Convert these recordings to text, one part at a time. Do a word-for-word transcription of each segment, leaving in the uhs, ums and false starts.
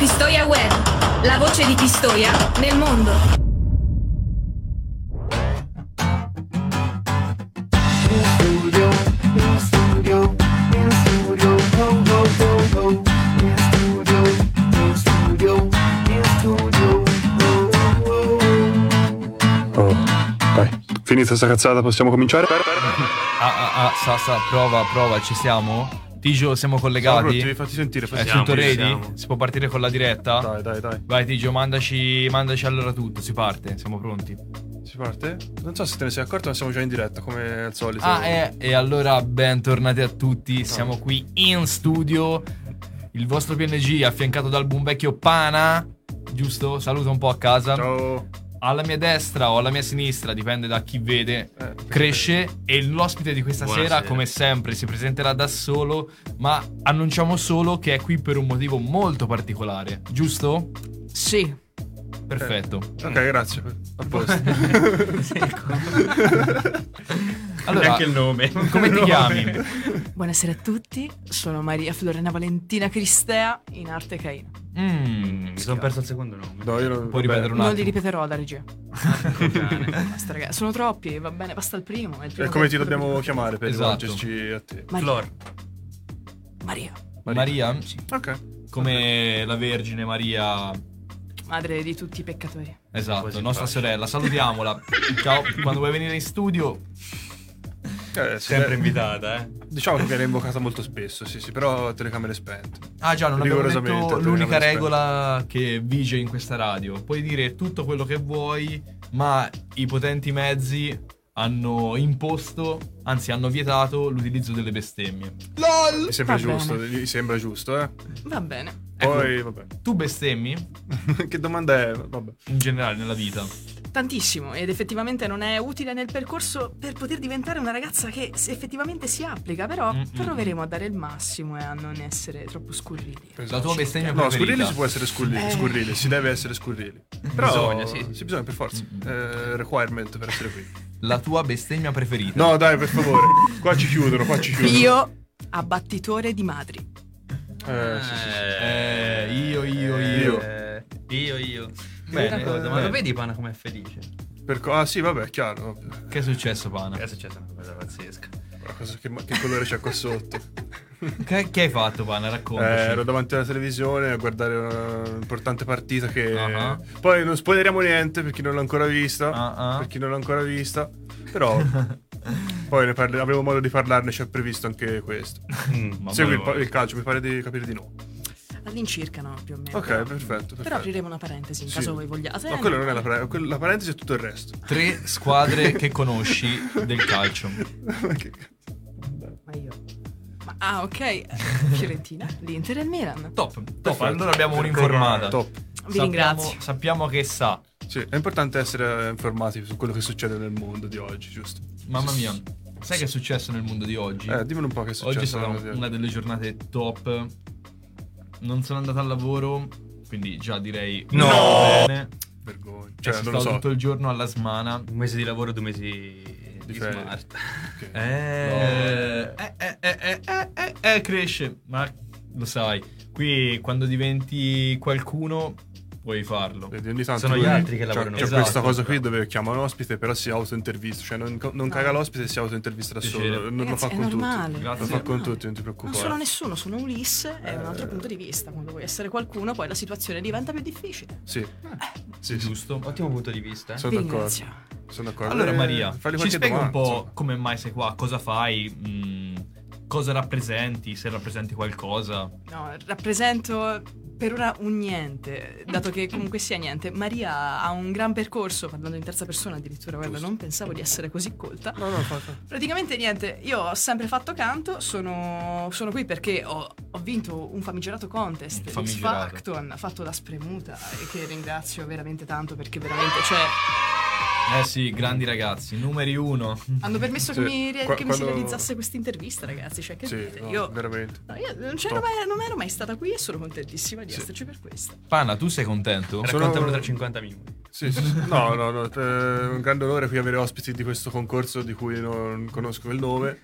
Pistoia Web, la voce di Pistoia nel mondo. In studio, in studio, in studio, oh, oh, oh, oh. In studio, in studio, in studio, oh, oh, oh. Oh, dai, finita sta cazzata, possiamo cominciare? Ah, ah, ah, sa, sa, prova, prova, ci siamo? Tigio, siamo collegati? Devi farti sentire, È tutto ready? Si può partire con la diretta? Dai, dai, dai. Vai Tigio, mandaci, mandaci allora tutto, si parte, siamo pronti. Si parte? Non so se te ne sei accorto, ma siamo già in diretta, come al solito. Ah, eh, e allora bentornati a tutti, siamo qui in studio. Il vostro P N G affiancato dal buon vecchio Pana, giusto? Saluta un po' a casa. Ciao. Alla mia destra o alla mia sinistra, dipende da chi vede, Eh, Cresce. E l'ospite di questa Buonasera. sera, come sempre, si presenterà da solo, ma annunciamo solo che è qui per un motivo molto particolare, giusto? Sì. Perfetto. Ok, grazie. A posto. Allora, Neanche il nome. come ti chiami? Buonasera a tutti, sono Maria Florena Valentina Cristea, in arte Caina. Mm, Mi sono perso il secondo nome. No, io non... Puoi vabbè. ripetere un Non li attimo? ripeterò alla regia. Bene. Basta, ragazzi, sono troppi, va bene, basta il primo. È il primo E come che- ti dobbiamo chiamare per Esatto. rivolgerci a te? Maria. Flor. Maria, Maria? Ok. Come la Vergine Maria. madre di tutti i peccatori. Esatto, Così nostra facile. sorella. Salutiamola. Ciao, quando vuoi venire in studio. Eh, sì, Sempre beh, invitata, eh. Diciamo che viene invocata molto spesso, sì, sì, però telecamere spente. Ah già, non abbiamo Rigorosamente, detto te l'unica ne regola che vige in questa radio. Puoi dire tutto quello che vuoi, ma i potenti mezzi hanno imposto, anzi hanno vietato l'utilizzo delle bestemmie. LOL! Mi sembra Va giusto, bene. mi sembra giusto, eh. Va bene. Poi, vabbè. Tu bestemmi? Che domanda è? Vabbè. In generale nella vita. Tantissimo, ed effettivamente non è utile nel percorso per poter diventare una ragazza che se effettivamente si applica, però Mm-mm. proveremo a dare il massimo e a non essere troppo scurrili. La tua bestemmia No, preferita? scurrili si può essere scurrili, Eh. scurrili, si deve essere scurrili. Però Bisogna, sì. sì, bisogna per forza. Mm-mm. Eh, requirement per essere qui. La tua bestemmia preferita? No, dai, per favore. Qua ci chiudono, qua ci chiudono. Io, abbattitore di madri. Eh, sì, sì, sì. Eh, io, io, io. Eh, io, io. Bene, Una cosa, ma bene. lo vedi Pana com'è felice? Per co- ah, sì, vabbè, è chiaro. Vabbè. Che è successo, Pana? È successa una cosa pazzesca. Ma cosa- che, che colore c'è qua sotto? Che, che hai fatto, Pana? Eh, Raccontaci. ero davanti alla televisione a guardare un'importante partita che... Ah. Poi non spoileriamo niente per chi non l'ha ancora vista. Ah, ah. Per chi non l'ha ancora vista. Però poi ne parle- avremo modo di parlarne, c'è previsto anche questo. Mm, Ma Segui il, volevo- pa- il calcio, mi pare di capire di no. All'incirca, no, più o meno. Ok, Però- perfetto, perfetto. Però apriremo una parentesi in Sì. caso voi vogliate. No, quello non è la, pre- quella- la parentesi, è tutto il resto. Tre squadre che conosci del calcio. Ma che cazzo? Ma io. Ma, ah, ok. Fiorentina, l'Inter e il Milan. Top, top. Perfetto. Ecco, Allora abbiamo un'informata. Top. Vi Sappiamo- ringrazio. Sappiamo che sa. Sì, è importante essere informati su quello che succede nel mondo di oggi, giusto? Mamma mia. Sai che è successo nel mondo di oggi? Eh, dimmelo un po' che è successo. Oggi è stata nel mondo di una oggi. delle giornate top. Non sono andato al lavoro, quindi già direi No! bene. Vergogna. Cioè, Cioè, sono non lo stato so. tutto il giorno alla smana. Un mese di lavoro, due mesi di, Di ferie. smart. Ok. Eh, eh, eh, eh, eh, eh, eh, eh, cresce. Ma lo sai, qui quando diventi qualcuno puoi farlo. Vedi, ogni tanto Sono gli lui- altri che c'è- lavorano. C'è Esatto. questa cosa qui dove chiama un ospite, però si autointervista. Cioè, non, non caga No. l'ospite e si autointervista da Piacere. solo. Non lo Ragazzi, fa è con normale. tutti. Grazie. Lo fa È con normale. tutti, non ti Non preoccupare. sono nessuno, sono Ulisse, è un altro punto di vista. Quando vuoi essere qualcuno, poi la situazione diventa più difficile. Sì. Sì, sì. Giusto? Ottimo punto di vista, eh. Sono Vi d'accordo. ringrazio. Sono d'accordo. Allora Eh, Maria, fagli ci qualche spieghi un domanda, po' insomma. come mai sei qua, cosa fai, mh, cosa rappresenti, se rappresenti qualcosa. No, rappresento per ora un niente, dato che comunque sia niente. Maria ha un gran percorso, parlando in terza persona addirittura, guarda, Giusto. non pensavo di essere così colta. No, no, fa, fa. Praticamente niente, io ho sempre fatto canto, sono, sono qui perché ho, ho vinto un famigerato contest, X Famigerato. Factor, fatto da Spremuta, e che ringrazio veramente tanto perché veramente, cioè, Eh sì, grandi ragazzi, numeri uno. hanno permesso Sì, che, mi, re- qua- che mi si quando- realizzasse questa intervista, ragazzi, cioè che Sì, dite? no, io, veramente. no, io non, c'ero Top. mai, non ero mai stata qui e sono contentissima di Sì. esserci per questo. Pana, tu sei contento? Sono- Raccontamelo tra cinquanta minuti. Sì, sì, sì. No, no, no. È un grande onore qui avere ospiti di questo concorso di cui non conosco il nome.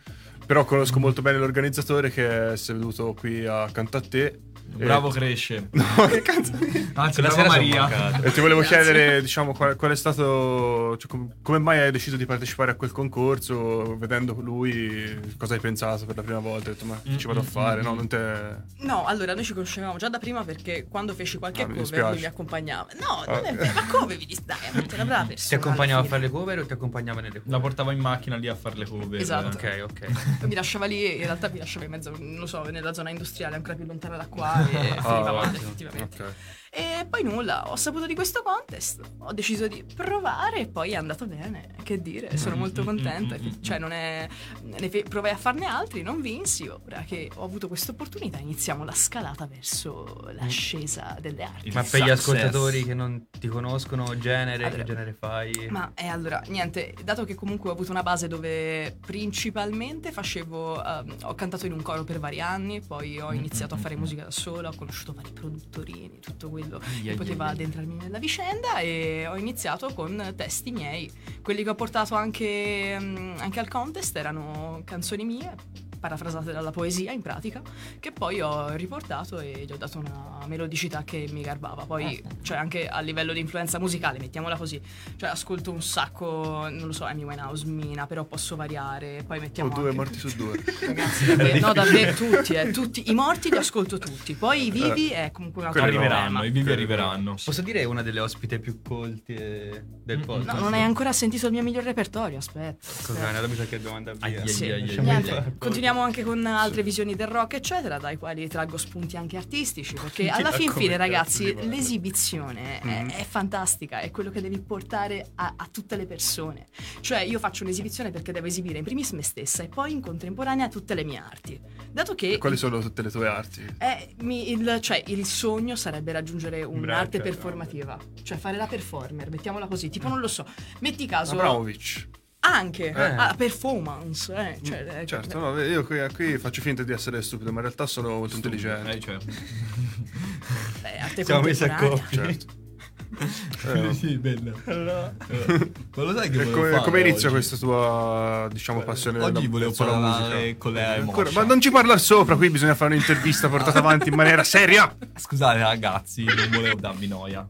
Però conosco molto bene l'organizzatore che si è venuto qui accanto a te. Bravo e... cresce. No, che cazzo. Anzi, Quella bravo sera sono Maria. mancato. E ti volevo Grazie. chiedere, diciamo, qual, qual è stato. Cioè, com- come mai hai deciso di partecipare a quel concorso? Vedendo lui, cosa hai pensato per la prima volta? Hai detto, ma che ci vado a fare? No, non te. No, allora noi ci conoscevamo già da prima perché quando feci qualche Ah, mi cover dispiace. lui mi accompagnava. No, non Ah. è vero, ma come vi dis- dai, è una brava Ti persona. accompagnava a alla fare fine. le cover o ti accompagnava nelle La cover? portavo in macchina lì a fare le cover. Esatto. Ok, ok. Poi mi lasciava lì e in realtà mi lasciava in mezzo, non lo so, nella zona industriale ancora più lontana da qua e finivamo ottimo. effettivamente. Ok. E poi nulla, ho saputo di questo contest, ho deciso di provare e poi è andato bene, che dire, sono molto contenta, cioè non è, ne fe- provai a farne altri, non vinsi, ora che ho avuto questa opportunità iniziamo la scalata verso l'ascesa delle arti. Ma per gli Success. ascoltatori che non ti conoscono, genere, Allora, che genere fai? Ma eh, allora, niente, dato che comunque ho avuto una base dove principalmente facevo, ehm, ho cantato in un coro per vari anni, poi ho iniziato a fare musica da sola, ho conosciuto vari produttorini, tutto quello che poteva addentrarmi nella vicenda e ho iniziato con testi miei. Quelli che ho portato anche, mm, anche al contest erano canzoni mie, parafrasate dalla poesia in pratica, che poi ho riportato e gli ho dato una melodicità che mi garbava. Poi, cioè, anche a livello di influenza musicale, mettiamola così, cioè ascolto un sacco, non lo so, Amy Winehouse, Mina, però posso variare. Poi Ho mettiamo due anche... morti su due. Ragazzi, davvero, no, davvero tutti, eh, tutti. I morti li ascolto tutti, poi i vivi è comunque un altro Quelli no. Arriveranno, problema. i vivi arriveranno. Posso dire una delle ospite più colte del podcast? No, non hai ancora sentito il mio miglior repertorio, aspetta. Cosa è? Andatemi qualche domanda via. Ai, ai, Sì, ai, ai, ai, niente, ai. continuiamo anche con altre visioni del rock, eccetera, dai quali traggo spunti anche artistici, perché alla Come fin fine, cazzo ragazzi, si parla? l'esibizione è, Mhm. è fantastica, è quello che devi portare a, a tutte le persone. Cioè, io faccio un'esibizione perché devo esibire in primis me stessa e poi in contemporanea tutte le mie arti. Dato che Quali sono tutte le tue arti? eh, mi- il, cioè, il sogno sarebbe raggiungere un'arte Braccia, performativa, cioè fare la performer, mettiamola così, tipo non lo so, metti caso Abramovic. anche Eh. ah, performance, eh, cioè, eh, Certo, no, io qui, qui faccio finta di essere stupido, ma in realtà sono molto intelligente. Eh, cioè. eh, arte Siamo messi a contemporanea. coppia. Certo. Eh, Sì, bella. Eh, Ma lo sai che E volevo come, fare come inizia oggi? questa tua, diciamo, passione Oggi della- volevo verso la parlare musica? con lei Ancora- Moscia. ma non ci parlare sopra, qui bisogna fare un'intervista portata avanti in maniera seria. Scusate ragazzi, non volevo darvi noia.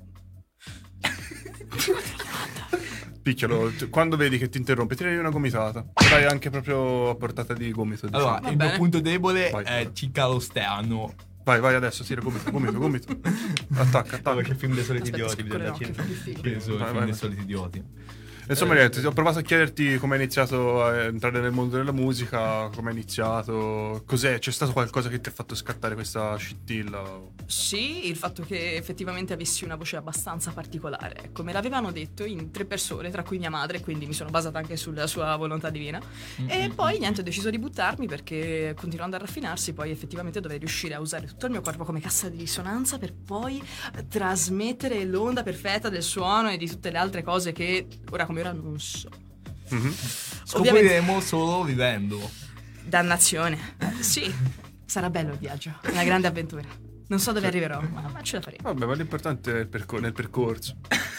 Picchialo, t- quando vedi che ti interrompe, tiragli una gomitata. Dai anche proprio a portata di gomito. Diciamo. Allora, Va il bene. mio punto debole Vai. è Cicalo Steano. Vai, vai adesso, tira gomito, gomito, gomito. Attacca, attacca. Perché il film dei soliti Aspetta, idioti scorre bisogna l'occhio, cinema. fa difficile. Penso il Vai, film vai, dei vai. soliti idioti. Insomma, niente, ho provato a chiederti come hai iniziato a entrare nel mondo della musica, come hai iniziato, cos'è, c'è stato qualcosa che ti ha fatto scattare questa scintilla? Sì, il fatto che effettivamente avessi una voce abbastanza particolare. Ecco, me l'avevano detto in tre persone, tra cui mia madre, quindi mi sono basata anche sulla sua volontà divina. E poi niente, ho deciso di buttarmi perché continuando a raffinarsi, poi effettivamente dovrei riuscire a usare tutto il mio corpo come cassa di risonanza per poi trasmettere l'onda perfetta del suono e di tutte le altre cose che ora come ora non so. Mhm. Scopriremo solo vivendo. Dannazione. Sì, sarà bello il viaggio, una grande avventura. Non so dove arriverò, ma, ma ce la faremo. Vabbè, ma l'importante è il percor- nel percorso.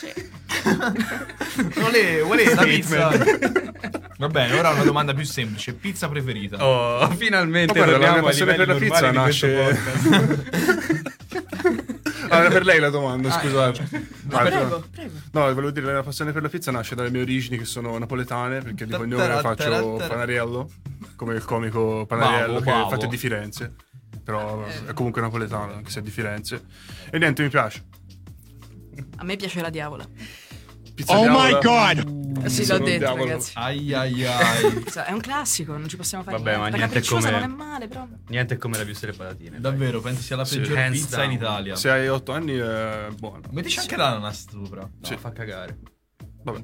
Vuole, vuole la pizza. Va bene, ora una domanda più semplice. Pizza preferita? Oh, finalmente Ma guarda, la torniamo mia a passione per la livelli pizza normali di nasce... questo Ah, era per lei la domanda, Ah, scusate. Ah, prego, prego. No, volevo dire, la mia passione per la pizza nasce dalle mie origini che sono napoletane, perché di cognome faccio Tattarattara. Panariello, come il comico Panariello, Bravo, che bravo. infatti è di Firenze, però è comunque napoletano, anche se è di Firenze. E niente, mi piace. A me piace la diavola. Pizza oh my god! Eh, sì, Sono l'ho un detto, diavolo. ragazzi. Ai ai ai. Sa, È un classico, non ci possiamo fare Vabbè, niente. ma La niente capricciosa come- non è male, però. Niente è come la più delle patatine. Davvero, pensi sia la Sì. peggior Hands pizza down. in Italia? Se hai otto anni è buono. Mettici anche l'ananas sopra. No, Sì. fa cagare. Vabbè.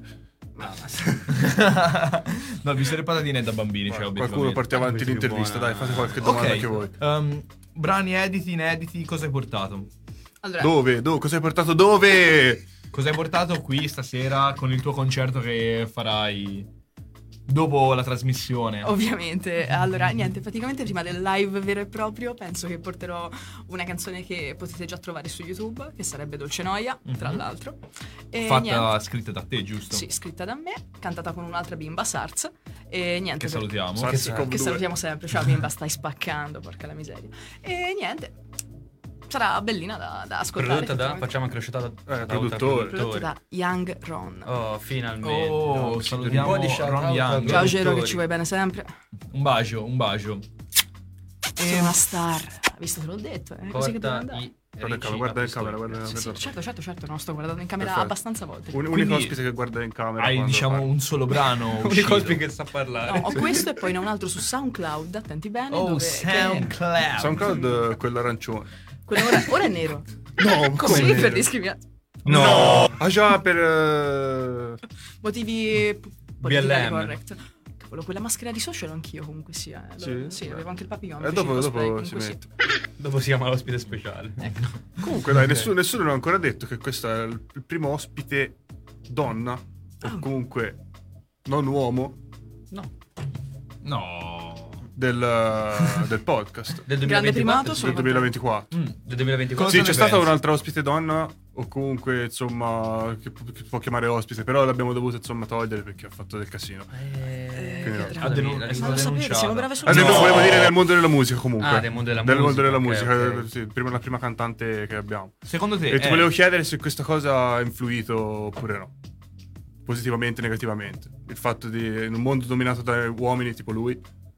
No, il bistec patatine è da bambini, cioè Qualcuno obiettivamente. porti avanti Questa è più l'intervista, buona. dai, fate qualche domanda Ok, anche voi. ehm, brani editi, inediti, cosa hai portato? Allora, Dove? Dove? Cosa hai portato dove? Cosa hai portato qui stasera con il tuo concerto che farai Dopo la trasmissione. Ovviamente. Allora, niente, praticamente prima del live vero e proprio penso che porterò una canzone che potete già trovare su YouTube, che sarebbe Dolce Noia, tra Mhm. l'altro. E Fatta, niente. scritta da te, giusto? Sì, scritta da me, cantata con un'altra bimba, Sars. E niente. Che per- salutiamo. Sars Che, con che due. salutiamo sempre. Ciao bimba, stai spaccando, porca la miseria. E niente. Sarà bellina da, da ascoltare. Prodotta da, effettivamente. facciamo anche lo shout out Eh, produttore. Prodotta da Young Ron. Oh, finalmente. Oh, No, salutiamo un po' di shout Ron out Young. ai Ciao Gero, che produttori. ci vuoi bene sempre. Un bacio, un bacio. Sono una star. Visto che l'ho detto, è così che deve Porta andare. i Guarda in ricci camera, guarda in a camera, pistone. guarda Sì, sì, guarda. certo, certo, certo, no, sto guardando in camera Perfetto. abbastanza volte. Un, unico Quindi ospite che guarda in camera. Hai, quando diciamo, parla. un solo brano L'unico uscito. ospite che sa parlare. No, ho questo e poi ne ho un altro su SoundCloud, attenti bene, Oh, dove che- SoundCloud. SoundCloud, eh, quello arancione. quello ora, ora è nero. No, Come come? per discriminazione. No! Ah già, per... eh, Motivi B L M. correct. Cavolo, quella maschera di social anch'io comunque sia. eh. Sì? Sì, avevo anche il papillon. Eh, feci dopo, il cosplay, dopo si comunque sì. mette. Dopo si chiama l'ospite speciale. Ecco. Comunque dai, nessuno, nessuno non ha ancora detto che questo è il il primo ospite donna, o Ah. comunque non uomo, No. No. del, del podcast. Del Grande primato, duemilaventiquattro, sono Del duemilaventiquattro. Mm. Del duemilaventiquattro. Sì, Cosa c'è ne stata pensi? un'altra ospite donna, o comunque, insomma, che, pu- che si può chiamare ospite, però l'abbiamo dovuta, insomma, togliere perché ha fatto del casino. Eh, Quindi no. che Ha denun- la- è la- Ma lo sapete, denunciata. siamo brave solo Ah, su no, questo. volevo dire nel mondo della musica, comunque. Ah, del mondo della Nel mondo della musica, musica, ok, ok. sì, prima, la prima cantante che abbiamo. Secondo te E ti è- volevo chiedere se questa cosa ha influito oppure no. Positivamente o negativamente. Il fatto di, in un mondo dominato da uomini tipo lui,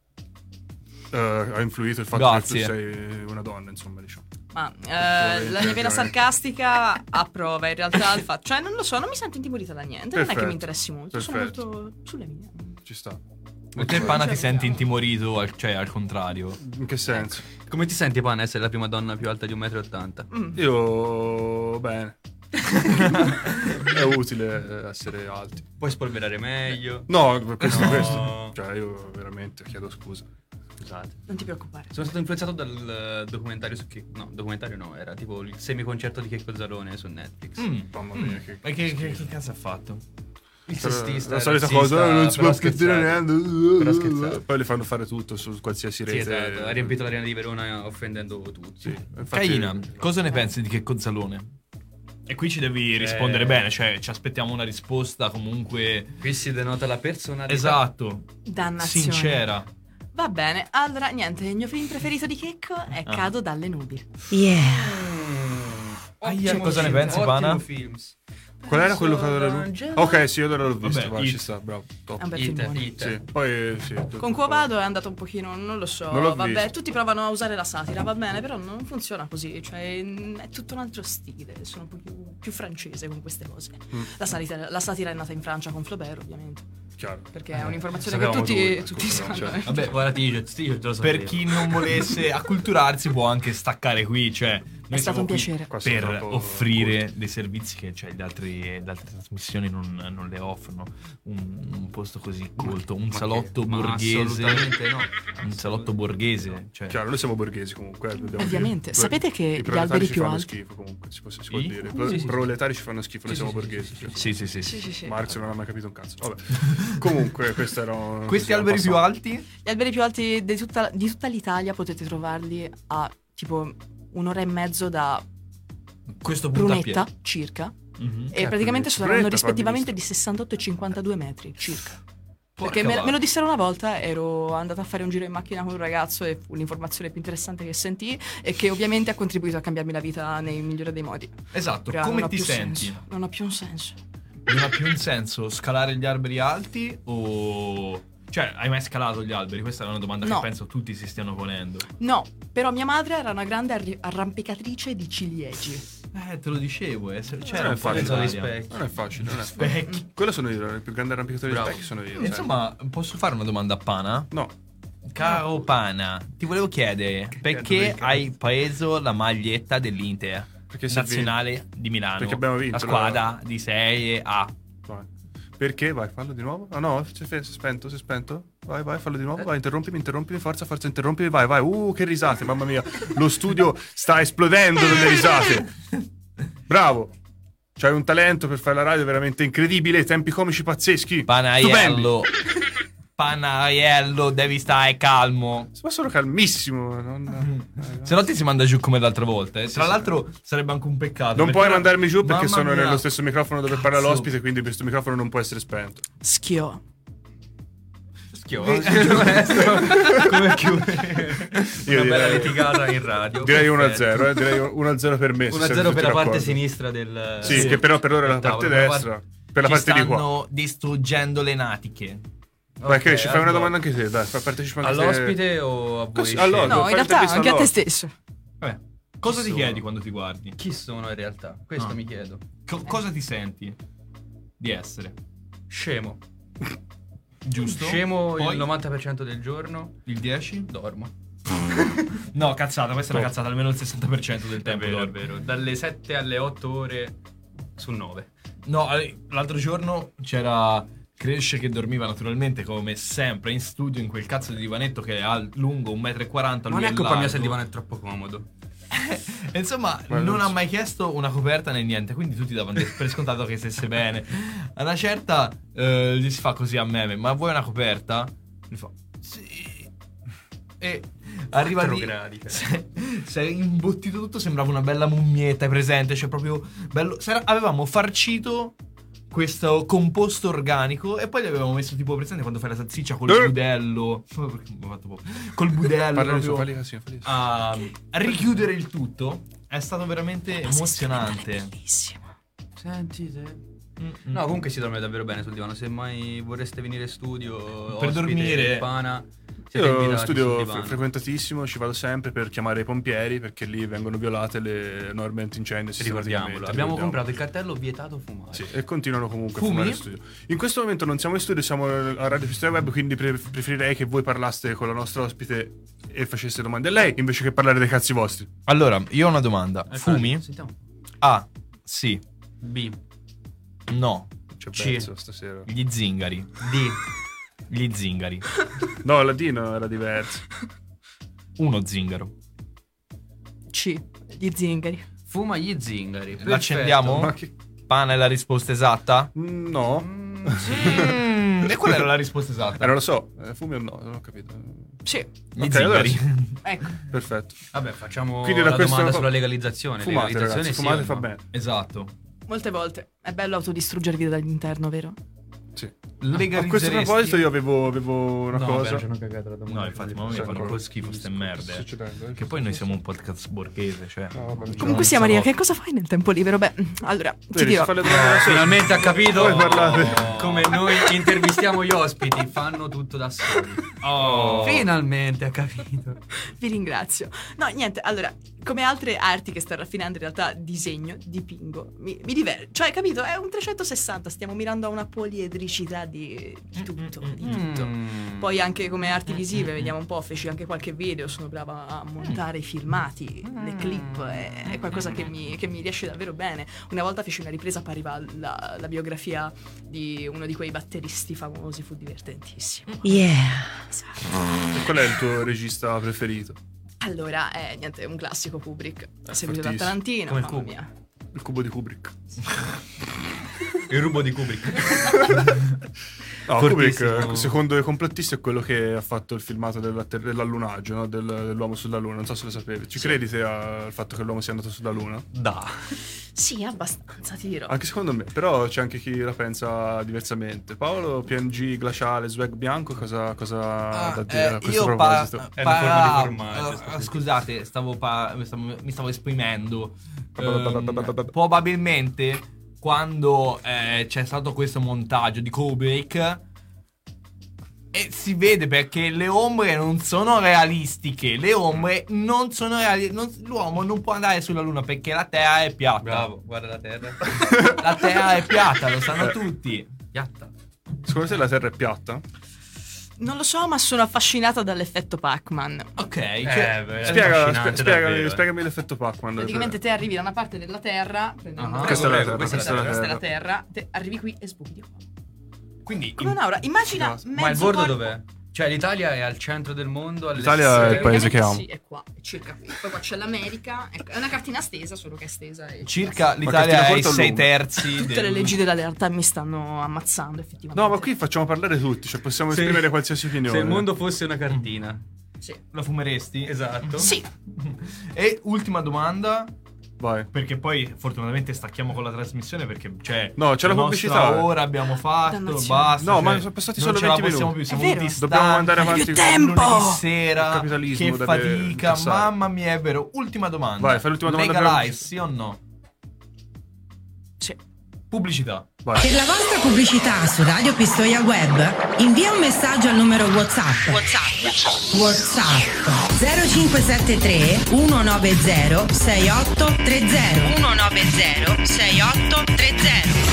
eh, ha influito il fatto Grazie. che tu sei una donna, insomma, diciamo. Ma eh, la mia vena sarcastica approva in realtà il fatto. Cioè, non lo so, non mi sento intimorita da niente. Non è che Perfetto. mi interessi molto. Sono Perfetto. molto sulle mie. Ci sta. E te, Pana, ti senti intimorito, al- cioè al contrario? In che senso? Come ti senti, Pan, essere la prima donna più alta di un metro e ottanta? Mm. Io... bene. È utile essere alti. Puoi spolverare meglio. No, questo No. questo. Cioè, io veramente chiedo scusa. Scusate. Non ti preoccupare. Sono stato influenzato dal eh, documentario su che... No, documentario no, era tipo il semiconcerto di Checco Zalone su Netflix. Mm. Mamma mia, che... Ma che, che, che cazzo ha fatto? Il Però sestista. la il solita razzista, cosa, "Eh, non si può però scrivere scherzato. niente. Però scherzato. Poi le fanno fare tutto su qualsiasi Sì, rete. esatto. Ha riempito l'arena di Verona offendendo tutti. Sì, infatti- Caina, cosa ne pensi di che Cozzalone? E qui ci devi rispondere Eh. bene, cioè ci aspettiamo una risposta comunque Qui si denota la personalità. esatto, Dannazione. sincera. Va bene, allora niente, il mio film preferito di Checco è Ah. Cado dalle nubi. Aia, Ottimo cosa ne film, pensi, ottimo Pana? films. Qual era quello che Penso aveva Angelo- Ok, sì, io allora l'ho visto. Vabbè, va, It. ci sta, bravo. Top. È un bel It, filmone. It. Sì, poi sì. Con Cuobado è andato un pochino, non lo so, Non l'ho vabbè, visto. tutti provano a usare la satira, va bene, però non funziona così, cioè mm, è tutto un altro stile, sono un po' più, più francese con queste cose. Mm. La, satira, la satira è nata in Francia con Flaubert, ovviamente, Chiaro. perché è un'informazione che sapevamo tutti, due, tutti scusa, sanno. cioè. Vabbè, Guarda, ti te lo per chi non volesse acculturarsi può anche staccare qui, cioè noi stato siamo un qui piacere. Qua siamo per troppo offrire corti. dei servizi che cioè, le, altre, le altre trasmissioni non, non le offrono. Un, un posto così colto, un Ma salotto che- ma borghese. assolutamente no. Un salotto borghese. Cioè. Chiaro, noi siamo borghesi comunque. eh, dobbiamo Ovviamente. dire. Sapete che I gli proletari alberi ci più fanno alti- schifo comunque, si può, si può I? dire. I Sì, sì, sì. proletari ci fanno schifo, noi Sì, siamo sì, borghesi. sì, cioè. Sì, sì, sì. Sì, sì, sì. Marx non ha mai capito un cazzo. Vabbè. Comunque, questo era un- Questi così, un alberi più passato. alti? Gli alberi più alti di tutta, di tutta l'Italia potete trovarli a tipo un'ora e mezzo da Questo punto a Brunetta, piedi. circa, Mhm. e praticamente Brunetta, saranno Brunetta, rispettivamente poi di sessantotto e cinquantadue metri, circa. Porca Perché me, vacca. me lo dissero una volta, ero andata a fare un giro in macchina con un ragazzo e fu l'informazione più interessante che sentii e che ovviamente ha contribuito a cambiarmi la vita nel migliore dei modi. Esatto, Raga, non come ha ti più senti? senso, non ha più un senso. Non ha più un senso scalare gli alberi alti o... Cioè, hai mai scalato gli alberi? Questa è una domanda No. che penso tutti si stiano ponendo. No, però mia madre era una grande arri- arrampicatrice di ciliegi. Eh, te lo dicevo, eh, se- Non c'era è un po' di facile. Italia. Non è facile. Non è Specchi. Quello sono io, il più grande arrampicatore di Bravo. specchi sono io. E, sai. insomma, posso fare una domanda a Pana? No. Caro Pana, ti volevo chiedere perché hai preso la maglietta dell'Inter Perché si è nazionale di Milano? Perché abbiamo vinto la squadra di Serie A. Vai. Perché? Vai, fallo di nuovo. Ah no, si è si è spento, si è spento. Vai, vai, fallo di nuovo. Vai, interrompimi, interrompimi, forza, forza, interrompimi. Vai, vai. Uh, che risate, mamma mia. Lo studio sta esplodendo delle risate. Bravo. C'hai un talento per fare la radio veramente incredibile, tempi comici pazzeschi. Panaiello. Stupendi. Panaiello, devi stare calmo. Ma sono calmissimo. Non... Se no ti si manda giù come l'altra volta. eh. Tra sì. l'altro sarebbe anche un peccato. Non perché puoi ora- mandarmi giù perché Mamma sono mia. nello stesso microfono dove parla Cazzo. l'ospite, quindi questo microfono non può essere spento. Schio. Schio. Come chiude Io una bella direi- litigata in radio. Direi uno a Perfetto. zero, eh, direi uno a zero per me. se uno a siete zero tutti per la parte d'accordo. sinistra del Sì, sì, che però per ora è la del parte tavolo, destra. Per la Ci parte di qua. stanno distruggendo le natiche. Vai, che Ok, ci fai una allora, domanda anche te, dai, fa partecipa anche te. all'ospite o a voi? Così, allora, scegliere? No, fai in realtà intervista anche a te all'ospite. stesso. Vabbè, cosa Chi ti sono? chiedi quando ti guardi? Chi sono in realtà? Questo Ah. mi chiedo. Co- cosa ti senti di essere? Scemo. Giusto? Scemo Poi il novanta per cento del giorno. il dieci? Dormo. No, cazzata, questa è una Top. cazzata, almeno il sessanta per cento del È tempo. vero, è dormi. vero. Dalle sette alle otto ore su nove. No, eh, l'altro giorno c'era Cresce che dormiva naturalmente come sempre in studio in quel cazzo di divanetto che è lungo un metro e quaranta. Non lui è è colpa mia largo. se il divano è troppo comodo. E insomma, Guarda, non ha sì. mai chiesto una coperta né niente, quindi tutti davano per scontato che stesse bene. A una certa eh, gli si fa così a meme: ma vuoi una coperta? Gli fa sì. E arriva Quattro lì, gradi, cara. si è- si è imbottito tutto, sembrava una bella mummietta, è presente, cioè proprio bello. S'era- avevamo farcito questo composto organico e poi gli avevamo messo tipo presente quando fai la salsiccia col Eh. budello. Perché mi ho fatto po'. Col budello Parla di proprio suo, falli casino, falli casino. a, a richiudere il tutto. È stato veramente emozionante. Bellissimo. Sentite. Mm, mm. No, comunque si dorme davvero bene sul divano. Se mai vorreste venire in studio Per ospite, dormire. Pana, siete Io ho un invitati sul studio divano. fre- frequentatissimo, ci vado sempre per chiamare i pompieri perché lì vengono violate le norme antincendio. Ricordiamolo. sistematicamente, Abbiamo ricordiamo. comprato il cartello vietato fumare. Sì, e continuano comunque Fumi? a fumare in studio. In questo momento non siamo in studio, siamo a Radio Pistoia Web, quindi pre- preferirei che voi parlaste con la nostra ospite e faceste domande a lei invece che parlare dei cazzi vostri. Allora, io ho una domanda. Eh, Fumi? Sentiamo. A. Sì. B. No. C'è C. pezzo stasera. Gli zingari. D. Gli zingari. No, la D no, era diversa. Uno zingaro. C. Gli zingari. Fuma gli zingari. Perfetto. L'accendiamo? Ma che... Pana è la risposta esatta? No. Mm, sì. Mm, e qual era la risposta Eh, esatta? non lo so, eh, fumi o no, non ho capito. Sì. Gli Ok, allora zingari. sì. Ecco. Perfetto. Vabbè, facciamo Quindi da la questo- domanda sulla legalizzazione. Fumate legalizzazione ragazzi, sì fumate o fa no? bene. Esatto. Molte volte. È bello autodistruggervi dall'interno, vero? Sì. Legalizzeresti... A questo proposito io avevo, avevo una No, cosa. vabbè, c'è una cagata la domanda. No, infatti, ma a me Sì, fanno un po' ancora. schifo ste Sta merde. succedendo, eh. Che poi noi siamo un podcast borghese, cioè... No, vabbè, Cioè, Comunque non sia, so- Maria, che cosa fai nel tempo libero? Beh, allora, ti Vedi, dirò. si fa le domande da solo. Finalmente ha capito Voi parlate. come noi intervistiamo gli ospiti, fanno tutto da soli. Oh. Finalmente ha capito. Vi ringrazio. No, niente, allora, come altre arti che sto raffinando, in realtà disegno, dipingo, mi, mi diverto. Cioè, capito? È un trecentosessanta, stiamo mirando a una poliedricità di, di tutto, di tutto. Mm. Poi anche come arti visive, vediamo un po', feci anche qualche video, sono brava a montare i filmati, le clip, è, è qualcosa che mi, che mi riesce davvero bene. Una volta feci una ripresa, pariva la, la biografia di uno di quei batteristi famosi, fu divertentissimo. Yeah. E qual è il tuo regista preferito? Allora, è niente, un classico Kubrick, seguito da fortissimo. Tarantino, Come il mamma cubo. mia. Il cubo di Kubrick. Il rubo di Kubrick. No, Fortissimo. Kubrick, eh, secondo i complottisti, è quello che ha fatto il filmato della ter- dell'allunaggio, no? Del- dell'uomo sulla Luna. Non so se lo sapevi. Ci credi te al fatto che l'uomo sia andato sulla Luna? Da. Sì, abbastanza, ti dirò. Anche secondo me, però c'è anche chi la pensa diversamente. Paolo, P N G glaciale, swag bianco, cosa, cosa ha da dire a questo Ah, eh, io pa- proposito? È una forma di pa- formaggio, eh, sto scusate, stavo pa- mi, stavo, mi stavo esprimendo. Ba- ba- ba- ba- ba- ba- ba- Ehm, probabilmente quando eh, c'è stato questo montaggio di Kubrick e si vede perché le ombre non sono realistiche. Le ombre non sono reali. non- l'uomo non può andare sulla Luna perché la Terra è piatta. Bravo, guarda la terra. La Terra è piatta, lo sanno tutti. Piatta. Secondo te la Terra è piatta? Non lo so, ma sono affascinata dall'effetto Pac-Man. Ok, Eh, cioè, beh, è Spiega, affascinante spie- spiegami, davvero, eh. spiegami l'effetto Pac-Man. Praticamente te arrivi da una parte della Terra, prendendo- Ah, Questa è la prego, Terra, questa questa è la questa è la Terra. Terra, te arrivi qui e sbuchi di qua. quindi Come un'aura. Immagina Sì, mezzo Ma il bordo corpo- dov'è? Cioè l'Italia è al centro del mondo. L'Italia è il paese che amo. Sì, è qua, è circa qui. Poi qua c'è l'America, ecco, è una cartina stesa, solo che è stesa. E Circa Ma l'Italia cartina è i corta o sei lunga? terzi. tutte del- le leggi della realtà mi stanno ammazzando effettivamente. No, ma qui facciamo parlare tutti, cioè possiamo Sì. esprimere qualsiasi opinione. Se il mondo fosse una cartina. Sì. La fumeresti? Esatto. Sì. E ultima domanda, Vai. perché poi fortunatamente stacchiamo con la trasmissione perché cioè No, c'è la nostra pubblicità. ora abbiamo fatto, Dannazione. basta. No, cioè, ma sono passati non solo ce la venti possiamo minuti. più, siamo È vero. tutti Dobbiamo stanchi, andare avanti più con- tempo. lunedì sera, Il capitalismo che deve fatica, incassare. mamma mia, è vero. Ultima domanda. Vai, fai l'ultima domanda Legalize, per- sì o no? Sì. Pubblicità. Vai. Per la vostra pubblicità su Radio Pistoia Web, invia un messaggio al numero WhatsApp. WhatsApp. WhatsApp zero cinque sette tre uno nove zero sei otto tre zero uno nove zero sei otto tre zero.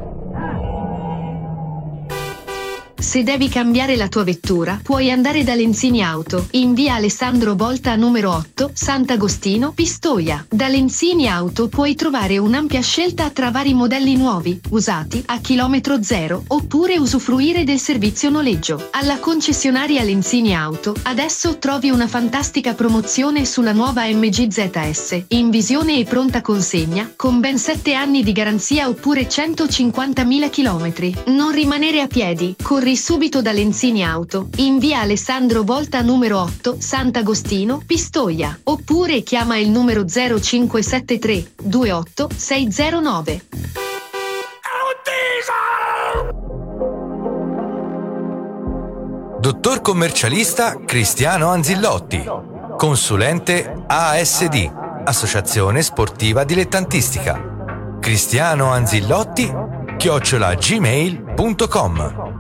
Se devi cambiare la tua vettura, puoi andare da Lenzini Auto, in via Alessandro Volta numero otto, Sant'Agostino, Pistoia. Da Lenzini Auto puoi trovare un'ampia scelta tra vari modelli nuovi, usati, a chilometro zero, oppure usufruire del servizio noleggio. Alla concessionaria Lenzini Auto, adesso trovi una fantastica promozione sulla nuova M G Z S, in visione e pronta consegna, con ben sette anni di garanzia oppure centocinquantamila chilometri. Non rimanere a piedi, corri subito da Lenzini Auto, in via Alessandro Volta numero otto, Sant'Agostino, Pistoia, oppure chiama il numero zero cinque sette tre due otto sei zero nove. Dottor commercialista Cristiano Anzillotti, consulente A S D, Associazione Sportiva Dilettantistica. Cristiano Anzillotti, chiocciola gmail punto com.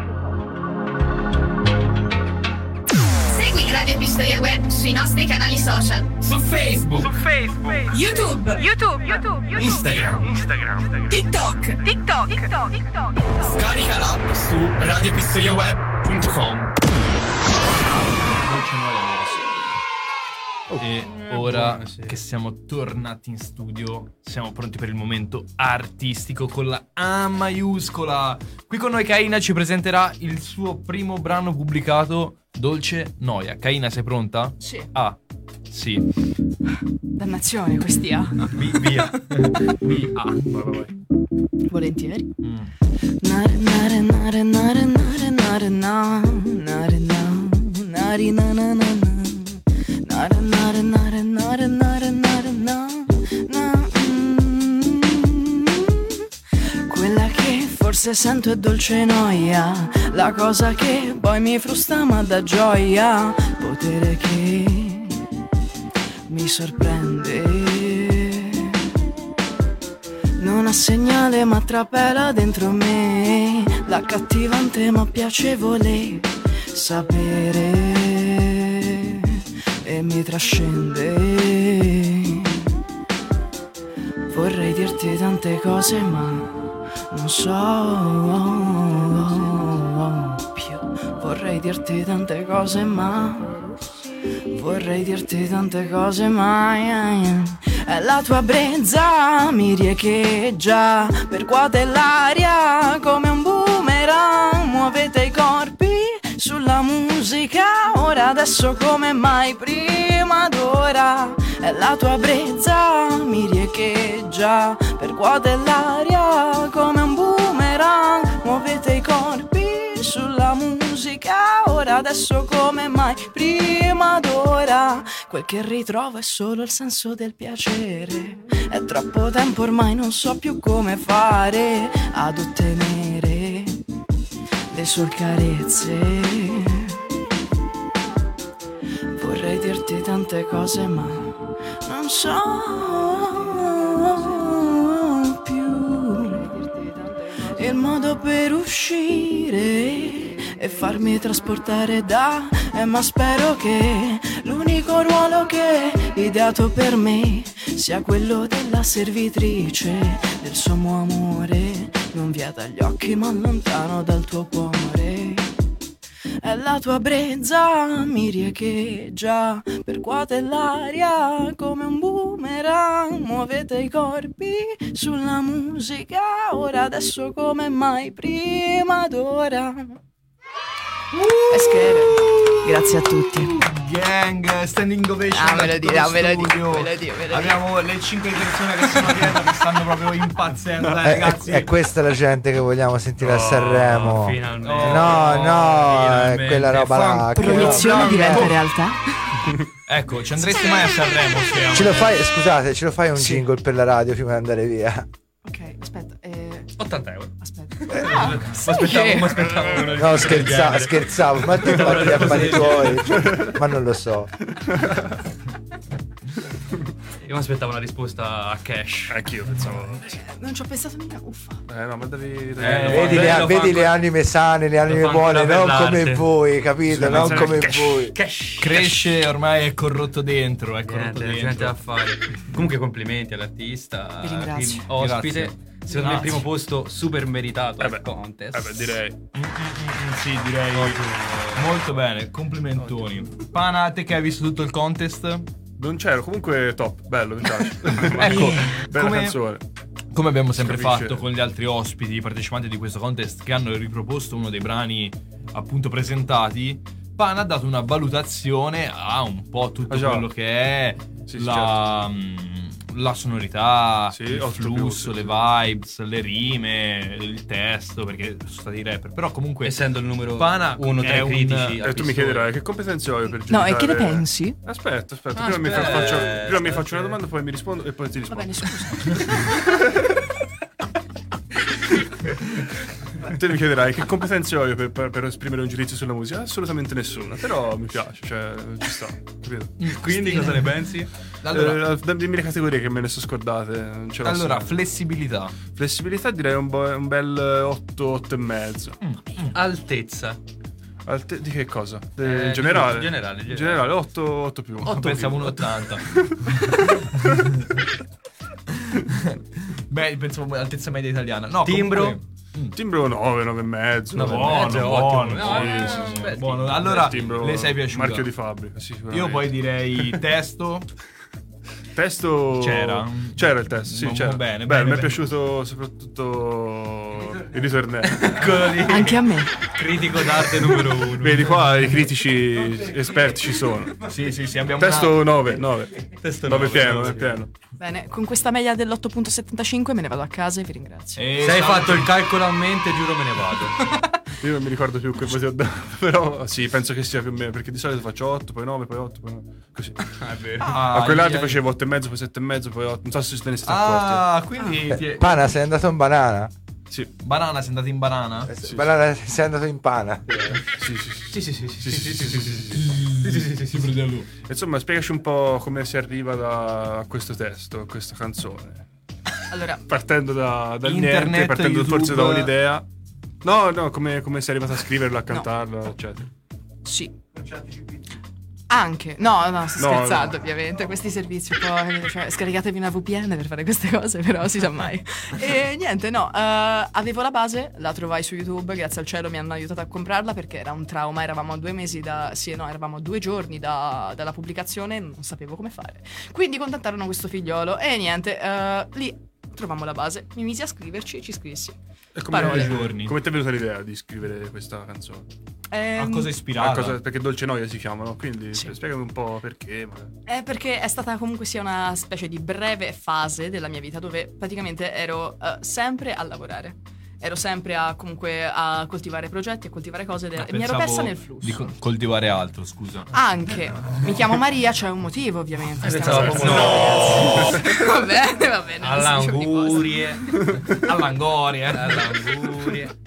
Segui Radio Pistoia Web sui nostri canali social. Su Facebook, su YouTube, YouTube, YouTube, Instagram, Instagram, TikTok, TikTok, TikTok, TikTok. scarica l'app su radio pistoia web punto com. E ora che siamo tornati in studio, siamo pronti per il momento artistico con la A maiuscola. Qui con noi Caina ci presenterà il suo primo brano pubblicato, Dolce Noia. Caina, sei pronta? Sì. A. Sì. Dannazione, questi A. B, via. B, A. Vai, vai, vai. Volentieri. Mm. Nare nare nare nare nare nare na nare na nari na na na na nare nare nare nare nare nare na na mm. Quella che forse sento è dolce noia, la cosa che poi mi frusta ma dà gioia, potere che mi sorprende. Non ha segnale ma trapela dentro me, l'accattivante ma piacevole sapere, e mi trascende. Vorrei dirti tante cose ma non so più. Vorrei dirti tante cose ma Vorrei dirti tante cose ma è la tua brezza mi riecheggia, percuote l'aria come un boomerang, muovete i corpi sulla musica, ora adesso come mai prima d'ora. È la tua brezza mi riecheggia, percuote l'aria come un boomerang, muovete i corpi sulla musica, ora adesso come mai prima d'ora. Quel che ritrovo è solo il senso del piacere, è troppo tempo ormai non so più come fare ad ottenere le sue carezze. Vorrei dirti tante cose ma non so più il modo per uscire e farmi trasportare da eh, ma spero che l'unico ruolo che ideato per me sia quello della servitrice del sommo amore, non via dagli occhi ma lontano dal tuo cuore. È la tua brezza mi riecheggia, percuote l'aria come un boomerang, muovete i corpi sulla musica, ora adesso come mai prima d'ora. Eschere. Grazie a tutti. Gang, standing ovation. Ah, me lo tutto dico, lo me lo dico, studio. me lo dico, me lo Abbiamo le cinque persone che sono dietro che stanno proprio impazzendo, dai, È, ragazzi. è- è questa la gente che vogliamo sentire a Sanremo. finalmente. No, no, Finalmente. è quella roba là. che- Proiezione no, diventa eh, realtà. Ecco, ci andresti mai a Sanremo? se- Ce lo fai, scusate, ce lo fai un Sì. jingle per la radio prima di andare via? Ok, aspetta. Eh, ottanta euro. aspetta. Ah, mi aspettavo, mi aspettavo uno di- No, del scherza, genere. scherzavo, ma tu fatti gli affari tuoi. Ma non lo so. Io mi aspettavo una risposta a cash. Anch'io pensavo. Non ci ho pensato mica. Uffa. Eh no, ma devi. Eh, devi- Vedi, le, bello, vedi fa le ancora- anime sane, le anime fa buone, ancora non per come l'arte. voi, capito? Sì, Non ma come cash. voi. Cash. Cresce, ormai è corrotto dentro, è corrotto Niente, niente da dentro. fare. Comunque complimenti all'artista. Vi ringrazio. il ospite. Grazie. Secondo me il Grazie. primo posto super meritato Eh al beh, contest. eh beh, direi. Mm, mm, mm, sì, direi molto bene, complimentoni. Pana, te che hai visto tutto il contest? Non c'ero, comunque top, bello, mi piace. Ecco, Bella come- canzone. Come abbiamo sempre Si capisce. fatto con gli altri ospiti partecipanti di questo contest che hanno riproposto uno dei brani appunto presentati, Pana ha dato una valutazione a un po' tutto Ah, già. quello che è Sì, sì, la, mm, la sonorità, Sì, il otto più, flusso, sì, le sì. vibes, le rime, il testo, perché sono stati rapper, però comunque Essendo il numero Pana uno tra è i un- critici. a E tu mi Pistoia. chiederai che competenze ho io per No, giudicare. e che ne pensi? Aspetta, aspetta, Ah, prima, mi, fa- aspetta, faccio, prima mi aspetta. faccio una domanda, poi mi rispondo e poi ti Va rispondo. bene, scusa. Te mi chiederai che competenze ho io per, per- per esprimere un giudizio sulla musica? Assolutamente nessuna, però mi piace, cioè ci sta, capito? quindi cosa ne pensi? Allora, Eh, dimmi le categorie che me ne sono scordate. Non ce l'ho allora sempre. flessibilità. Flessibilità direi un, bo- un bel otto, otto e mezzo. Altezza. Alte- di che cosa? De- Eh, in di generale? tutto, in generale, in In generale. generale, otto, otto più. Oh, pensavo un ottanta. Beh, pensavo altezza media italiana. No, Timbro? comunque- Mm. Timbro nove, nove e mezzo. Nove e Buono, mezzo, è buono, ottimo. sì, No, sì, eh, sì, beh, buono. timbro. Allora, Timbro, le sei piaciuta? marchio di fabbrica, sì, sicuramente. Io poi direi testo. Testo C'era? C'era il testo, sì, Va- c'era. bene, Beh, bene, mi è bene. piaciuto soprattutto il ritornello. Quello lì. Anche a me. Critico d'arte numero uno. Vedi qua i critici esperti ci sono. Sì, sì, sì, abbiamo Testo nove, nove. Testo nove nove, pieno, nove. nove pieno. Bene, con questa media dell'otto virgola settantacinque me ne vado a casa e vi ringrazio. E Se hai stavo- fatto il calcolo a mente, giuro me ne vado. Io non mi ricordo più che voto ho dato, però sì, penso che sia più o meno, perché di solito faccio otto, poi nove, poi otto, poi nove, così. Ah, è vero. Ah, A quell'altro gli- facevo otto e mezzo, poi sette e mezzo, poi otto. Non so se te ne siete accorti. Ah, quindi ti Eh, è- Pana, sei andato in banana? Sì, banana, sei andato in banana? Eh, Sì. Banana, sei andato in pana. sì, sì, sì. Sì, sì, sì, sì, Sì, sì, sì, sì, sì, sì. Sì, sì, sì, sì, sì, fratello. Insomma, spiegaci un po' come si arriva da a questo testo, a questa canzone. Allora, Partendo da, dal Internet, niente, partendo YouTube. forse da un'idea. No, no, come, come sei arrivato a scriverla, a cantarla, eccetera. sì. Anche, no, no, sto No, scherzando no. ovviamente, questi servizi un po', capito? Cioè, scaricatevi una V P N per fare queste cose, però si sa mai. E niente, no, eh, avevo la base, la trovai su YouTube, grazie al cielo mi hanno aiutato a comprarla perché era un trauma, eravamo a due mesi da, sì no, eravamo a due giorni da- dalla pubblicazione e non sapevo come fare. Quindi contattarono questo figliolo e niente, eh, lì trovammo la base, mi misi a scriverci e ci scrissi. E come, Parole. giorni. come ti è venuta l'idea di scrivere questa canzone? Ehm, A cosa è Ah, ispirata? cosa- perché Dolce Noia si chiamano, quindi Sì. spiegami un po' perché. Ma... È perché è stata comunque sia una specie di breve fase della mia vita dove praticamente ero eh, sempre a lavorare. Ero sempre a comunque a coltivare progetti, a coltivare cose ed Ah, e mi ero pensavo persa nel flusso. Di co- coltivare altro, scusa. Anche. Mi chiamo Maria, c'è un motivo ovviamente. Pensavo Stiamo proprio- scherzando. Va bene, va bene. non si dice di posto. All'angurie. All'angorie. All'angurie.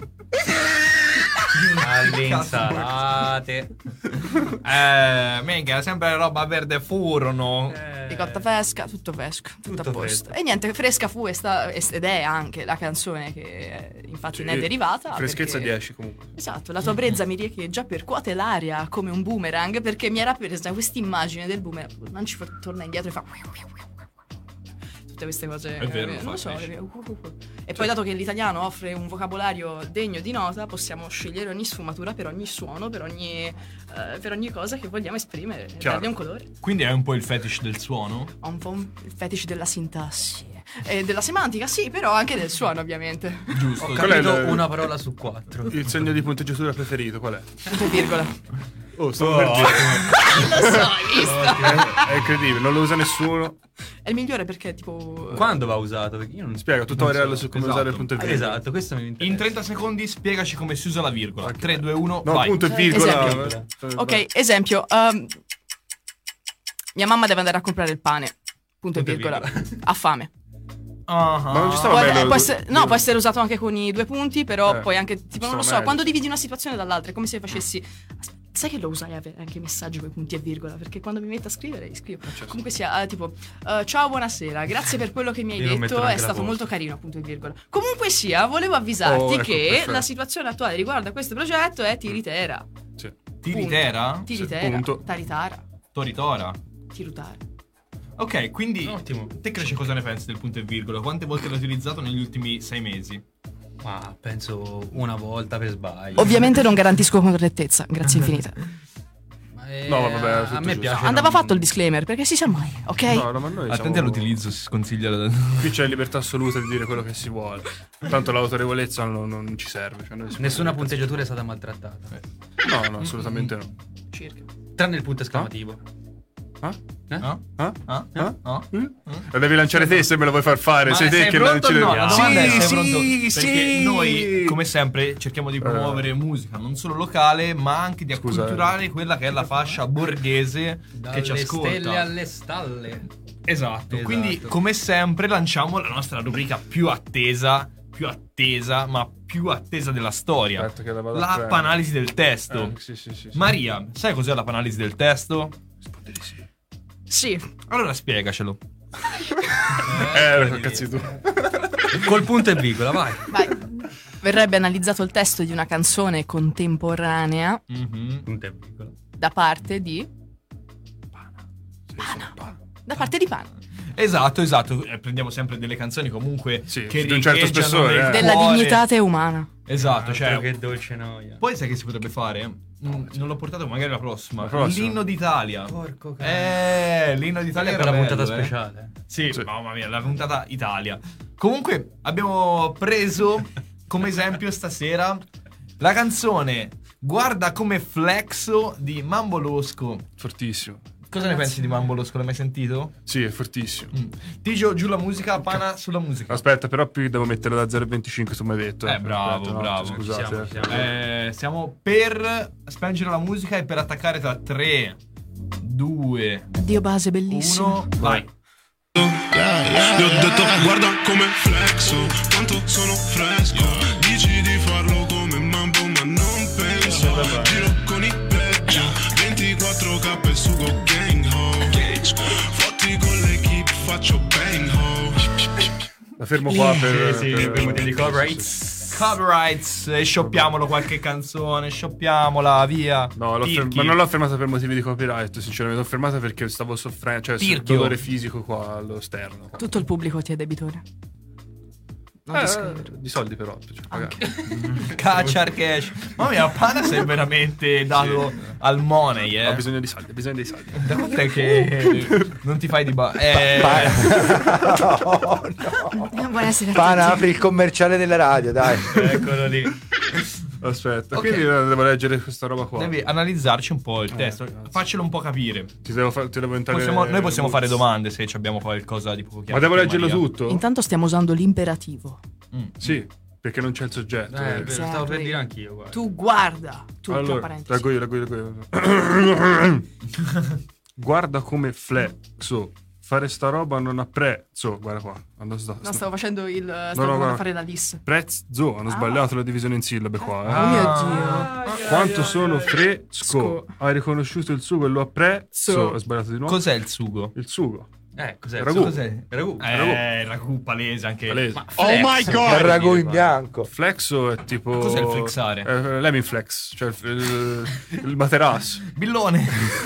Alle insalate. Eh, minchia, sempre roba verde furono. Ricotta fresca, tutto fresco, tutto, Tutto a posto. fresco. E niente, fresca fu e sta- ed è anche la canzone che eh, infatti ne è Sì, derivata. Freschezza perché- dieci comunque. Esatto, la tua brezza mi riecheggia, percuote l'aria come un boomerang perché mi era presa questa immagine del boomerang. Non ci fa- torna indietro e fa tutte queste cose. È vero, eh, fa, non lo so. esce. E poi dato che l'italiano offre un vocabolario degno di nota, possiamo scegliere ogni sfumatura per ogni suono, per ogni, eh, per ogni cosa che vogliamo esprimere, Chiaro. dargli un colore. Quindi è un po' il fetish del suono? Ho un po' un- il fetish della sintassi. E della semantica, sì, però anche del suono, ovviamente. Giusto. Ho Qual è capito il- una parola su quattro. Il segno di punteggiatura preferito qual è? Punto e virgola. Oh, stavo per dire. Lo so, hai visto? È incredibile, non lo usa nessuno. È il migliore perché, tipo. Quando va usato? Perché io non Spiega tutorial su come Esatto. usare il punto e Ah, virgola. esatto, questo mi interessa. In trenta secondi spiegaci come si usa la virgola. tre, due, uno, No, vai. punto e virgola. Esempio. Ok, esempio. um, mia mamma deve andare a comprare il pane. Punto e Punto e virgola. virgola. Ha fame. Ah, Ma non ci stava Può, meglio- può essere, no, può essere usato anche con i due punti, però Eh, poi anche, tipo, non lo stava so, meglio, quando sì. dividi una situazione dall'altra, è come se facessi. Aspetta, sai che lo usai avere anche i messaggi con i punti e virgola? Perché quando mi metto a scrivere, scrivo. Comunque sia, eh, tipo, eh, ciao, buonasera, grazie per quello che mi hai Io non detto, metto è neanche la stato voce. molto carino, punto e virgola. Comunque sia, volevo avvisarti Oh, ecco, che perfetto. la situazione attuale riguardo a questo progetto è tiritera. Sì. Tiritera? Tiritera, punto. taritara, Toritora. tirutara. Ok, quindi Ottimo. te Cresce cosa ne pensi del punto e virgola? Quante volte l'hai utilizzato negli ultimi sei mesi? Ma penso una volta per sbaglio. Ovviamente non garantisco correttezza, grazie infinite. Ma è- No, vabbè, a tutto me giusto. piace. Andava non- fatto il disclaimer, perché si sa mai, ok? No, no, ma noi Attenti siamo- all'utilizzo, si sconsiglia la... Qui c'è libertà assoluta di dire quello che si vuole. Tanto l'autorevolezza non, non ci serve. Cioè noi si Nessuna può- punteggiatura è stata maltrattata. No, no, assolutamente no. Circa. Tranne il punto esclamativo. Ah? Eh? Ah? Ah? Ah? Ah? Ah? Lo devi lanciare te se me lo vuoi far fare. Ma sei te sei che pronto o lanci le- no? La domanda è, sei Sì, pronto? sì, Perché sì. noi, come sempre, cerchiamo di promuovere musica non solo locale, ma anche di Scusa, acculturare quella che è la fascia borghese che ci Dalle ascolta. stelle alle stalle. Esatto. Esatto. Quindi, come sempre, lanciamo la nostra rubrica più attesa, più attesa, ma più attesa della storia. Aspetta che la vado a La prendere. panalisi del testo. Eh, sì, sì, sì, sì. Maria, sai cos'è la panalisi del testo? Rispondi di sì. Sì. Allora spiegacelo. Eh, cazzi tu. Col punto e virgola, vai. Vai. Verrebbe analizzato il testo di una canzone contemporanea Mhm. Punto e virgola. da parte di. Da parte di Pana. Esatto, esatto. Eh, prendiamo sempre delle canzoni comunque Sì, che di un certo riecheggiano spessore, nel eh. Della cuore. dignitate umana. Esatto, cioè. Altro che dolce noia. Poi sai che si potrebbe fare? Mm, non l'ho portato, magari la prossima. La prossima. L'inno d'Italia. Porco cazzo. Eh, l'inno d'Italia per era la puntata bello, eh. speciale. Sì, Sì. mamma mia, la puntata Italia. Comunque abbiamo preso come esempio stasera la canzone Guarda come flexo di Mambo Losco. Fortissimo. Cosa ne pensi di Mambo Losco? L'hai mai sentito? Sì, è fortissimo. Mm. Tigio giù la musica, Pana sulla musica. Aspetta, però più devo mettere da zero virgola venticinque, tu mi hai detto. Eh, bravo, Aspetta, no, bravo. Scusate. Ci siamo, eh. ci siamo. Eh, stiamo per spengere la musica e per attaccare tra tre, due, Dio base bellissimo. uno, vai. Gli ho detto guarda come flexo, quanto sono fresco. Dici di farlo come Mambo ma non penso. Giro con i peggio, ventiquattro K e sugo gang ho. Fotti con l'equipe, faccio bang ho. La fermo qua per... Sì, sì, per motivi di copyrights. Copyrights, e shoppiamolo qualche canzone, shoppiamola, via. No, l'ho fer- Tirchi. ma non l'ho fermata per motivi di copyright, sinceramente. L'ho fermata perché stavo soffrendo, cioè Tirchio. dolore fisico qua allo sterno. Tutto il pubblico ti è debitore. Non Eh, disclaimer. di soldi però, cioè, magari. Cacciar cash. Mamma mia, Pana sei veramente dato al money, eh. Ho bisogno di soldi, ho bisogno di soldi. Da quando è che non ti fai di ba... Eh, no, no. Buonasera a Pana, tutti. apri il commerciale della radio, dai. Eccolo lì. Aspetta, Ok. quindi eh, devo leggere questa roba qua. devi analizzarci un po' il Eh, testo. grazie. Faccelo un po' capire. Ti devo, fa- ti devo entrare... Possiamo- noi possiamo fare domande se ci abbiamo qualcosa di poco chiaro. Ma devo per leggerlo Maria. tutto? Intanto stiamo usando l'imperativo. Mm. Sì, perché non c'è il soggetto. Eh, eh. vero, stavo per Exactly. dire anch'io, guarda. Tu guarda. Tu, tra Allora, parentesi. leggo io, leggo io, leggo io. Guarda come flexo. Fare sta roba non ha prezzo. Guarda qua. Hanno sta- No, stavo facendo il. Stavo no, provando guarda. a fare la lista. Prezzo. Hanno Ah. sbagliato la divisione in sillabe qua. Eh. Oh mio Ah. dio. Quanto sono fresco. Sco. Hai riconosciuto il sugo e lo apprezzo. So. Ho sbagliato di nuovo. Cos'è il sugo? Il sugo. Eh, cos'è? Il ragù. Cos'è? Ragù. Eh, ragù palese anche. Palese. Ma Oh flex. my god! Il ragù in bianco. Flexo è tipo. Cos'è il flexare? Eh, Lemon flex. Cioè il, il, il materasso. Billone.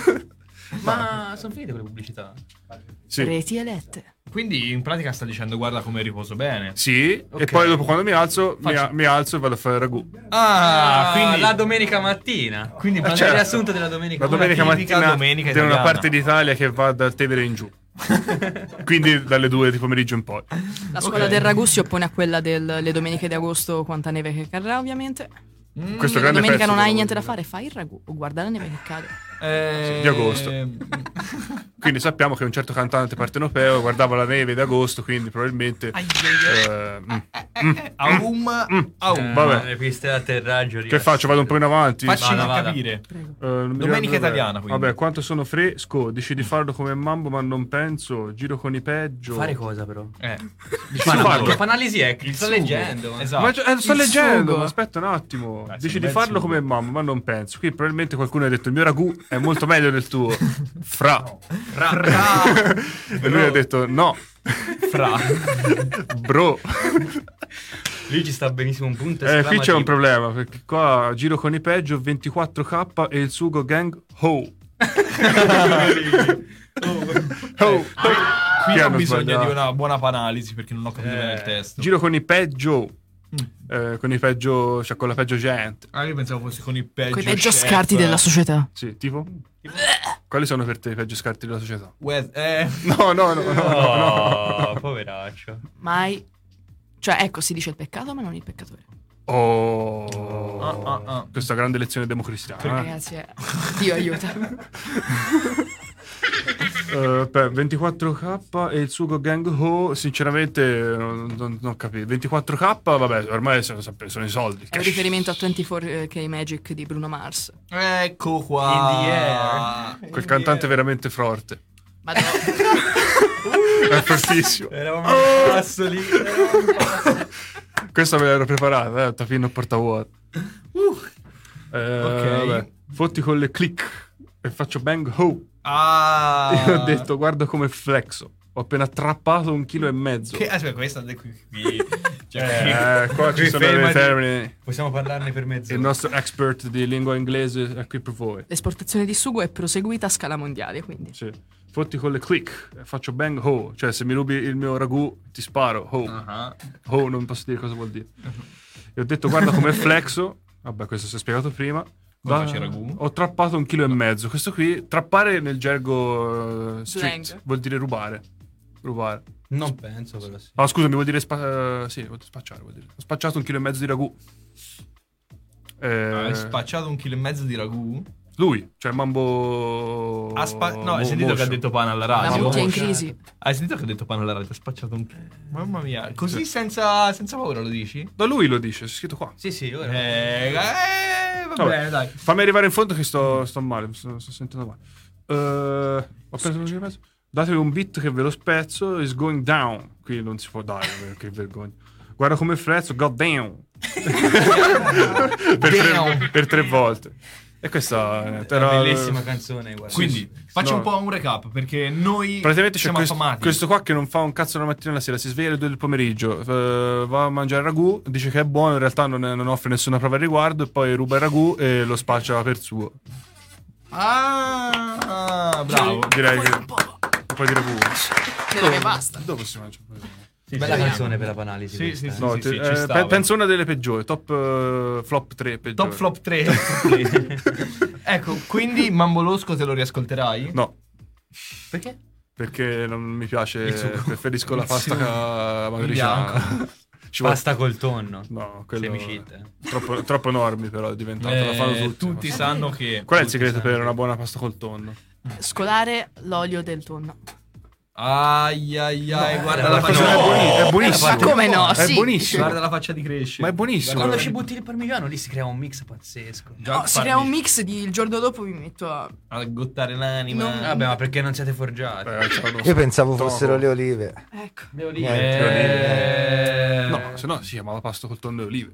Ma sono finite quelle pubblicità? Sì. Reti elette. Quindi in pratica sta dicendo guarda come riposo bene. Sì. Ok. E poi dopo quando mi alzo, mi, Faccio- mi alzo e vado a fare il ragù. Ah, quindi la domenica mattina. Quindi Ma certo. il riassunto della domenica La domenica tipica mattina domenica di una italiana. parte d'Italia che va dal Tevere in giù. Quindi dalle due di pomeriggio in poi. La scuola Ok. del ragù si oppone a quella delle domeniche di agosto, quanta neve che cadrà ovviamente. Mm, Questo La grande domenica pezzo non hai devo niente da dire. fare, fai il ragù o guarda la neve che cade. eh, Di agosto. Quindi sappiamo che un certo cantante partenopeo guardava la neve d'agosto, quindi probabilmente... Ai, ai, ai. eh, mm, mm, Aum, aum. Eh, vabbè. Le piste d'atterraggio. Che faccio? Vado un po' in avanti? Facci Vada, vada. capire. Eh, non mi Domenica ricordo dov'è. italiana, quindi. Vabbè, quanto sono fresco, dici di farlo come mambo ma non penso, giro con i peggio. Fare cosa però? Eh. Dici Ma di no, farlo. che analisi è? Sto sugo. leggendo. Esatto. Ma eh, sto Il leggendo, sugo. ma aspetta un attimo. Eh, Dici sì, di bel farlo sugo. come mamma, ma non penso. Qui probabilmente qualcuno ha detto il mio ragù è molto meglio del tuo. Fra. E lui ha detto no, Fra. bro. Lui ci sta benissimo un punto. Eh, qui c'è un esclamativo. problema, perché qua giro con i peggio ventiquattro K e il sugo gang ho. Oh. Qui Chi ho hanno bisogno sbagliato? di una buona panalisi perché non ho capito Eh, bene il testo. Giro con i peggio. Eh, con i peggio, cioè con la peggio gente. Ah, io pensavo fosse con i peggio Con i peggio chef. scarti della società. Sì, tipo? Quali sono per te i peggio scarti della società? Wes- eh. No, no, no, no, no, no. Oh, poveraccio. Mai. Cioè, ecco, si dice il peccato, ma non il peccatore. Oh, Ah, ah, ah. questa grande lezione democristiana. eh. Ragazzi, eh, Dio aiuta. Eh, per ventiquattro K e il sugo gang ho, sinceramente non, non, non capisco. ventiquattro K, vabbè, ormai sono, sono i soldi. È un riferimento a ventiquattro K Magic di Bruno Mars. Ecco qua. In the air. Quel cantante veramente forte. Ma no, È fortissimo. Era un passo lì. Questa me l'ero preparata, eh, tapino a portavuoto. Eh, Ok. vabbè. Fotti con le click e faccio bang ho. Ah. Io ho detto guarda come flexo. Ho appena trappato un chilo e mezzo. Che, aspetta, questa è qui. qui. Cioè, Eh, qua ci Qui sono dei fermati. termini. Possiamo parlarne per mezzo. Il nostro expert di lingua inglese è qui per voi. l'esportazione di sugo è proseguita a scala mondiale, quindi. Sì. Fotti con le click e faccio bang ho. Cioè se mi rubi il mio ragù ti sparo ho. Ah. Ho non posso dire cosa vuol dire. E ho detto guarda come flexo. Vabbè, questo si è spiegato prima. Come Va- faccio il ragù? Ho trappato un chilo e mezzo. Questo qui, trappare nel gergo uh, street, Slang. vuol dire rubare. Rubare. Non penso però sì. Ah, scusami, vuol dire spa- uh, sì, vuol dire spacciare. Vuol dire. Ho spacciato un chilo e mezzo di ragù. Eh, Hai spacciato un chilo e mezzo di ragù? lui, cioè Mambo. Ha spa- no, hai Mo- sentito che ha Motion. detto pane alla La radio? mucchia in crisi. Hai sentito che ha detto pane alla radio? Ha spacciato un chilo. Mamma mia, così senza, senza paura lo dici? Da lui lo dice, è scritto qua. Sì, sì, ora. Eh, eh va Vabbè, bene, dai. Fammi arrivare in fondo che sto, sto male, sto, sto sentendo male. Eh, ho preso un chilo e mezzo. Datevi un beat che ve lo spezzo. Is going down. Qui non si può dare, che vergogna. Guarda come flezzo, god damn. per, tre, per tre volte. E questa È era una bellissima canzone, guarda. Quindi, faccio no. un po' un recap perché noi praticamente c'è siamo questo, affamati. questo qua che non fa un cazzo la mattina e la sera, si sveglia alle due del pomeriggio, eh, va a mangiare ragù, dice che è buono, in realtà non, è- non offre nessuna prova al riguardo e poi ruba il ragù e lo spaccia per suo. Ah, bravo. Direi che un po' di ragù. Nella mia pasta. Dove si mangia? Sì, bella canzone per la panalisi. Sì, questa, sì, eh. sì. No, sì, te- ci eh, stava. pe- penso una delle peggiori, top eh, flop tre peggiori. Top flop tre. Ecco, quindi Mambolosco te lo riascolterai? No, Perché? perché non mi piace, Il sugo. preferisco la Il pasta sugo. ca- matriciana. Ci vuole- Pasta col tonno. No, quello Semicita. troppo, troppo enormi però è diventato, la fanno Eh, tutti. tutti sanno che Qual è il tutti segreto sanno per una buona pasta col tonno? Scolare l'olio del tonno. Ai ai ai, guarda la La faccia. cosa è, buoni- è buonissimo. Ma come no? È Sì. buonissimo. Guarda la faccia di Cresce. Ma è buonissimo. Quando ci butti il parmigiano lì si crea un mix pazzesco. Già No, si parli- crea un mix di il giorno dopo mi metto a. a gottare l'anima. Non- Vabbè, ma perché non siete forgiati? Eh, c'hanno- Io pensavo Topo. fossero le olive. Ecco. Le olive. Eh... No, se no si chiamava pasta col tonno e olive.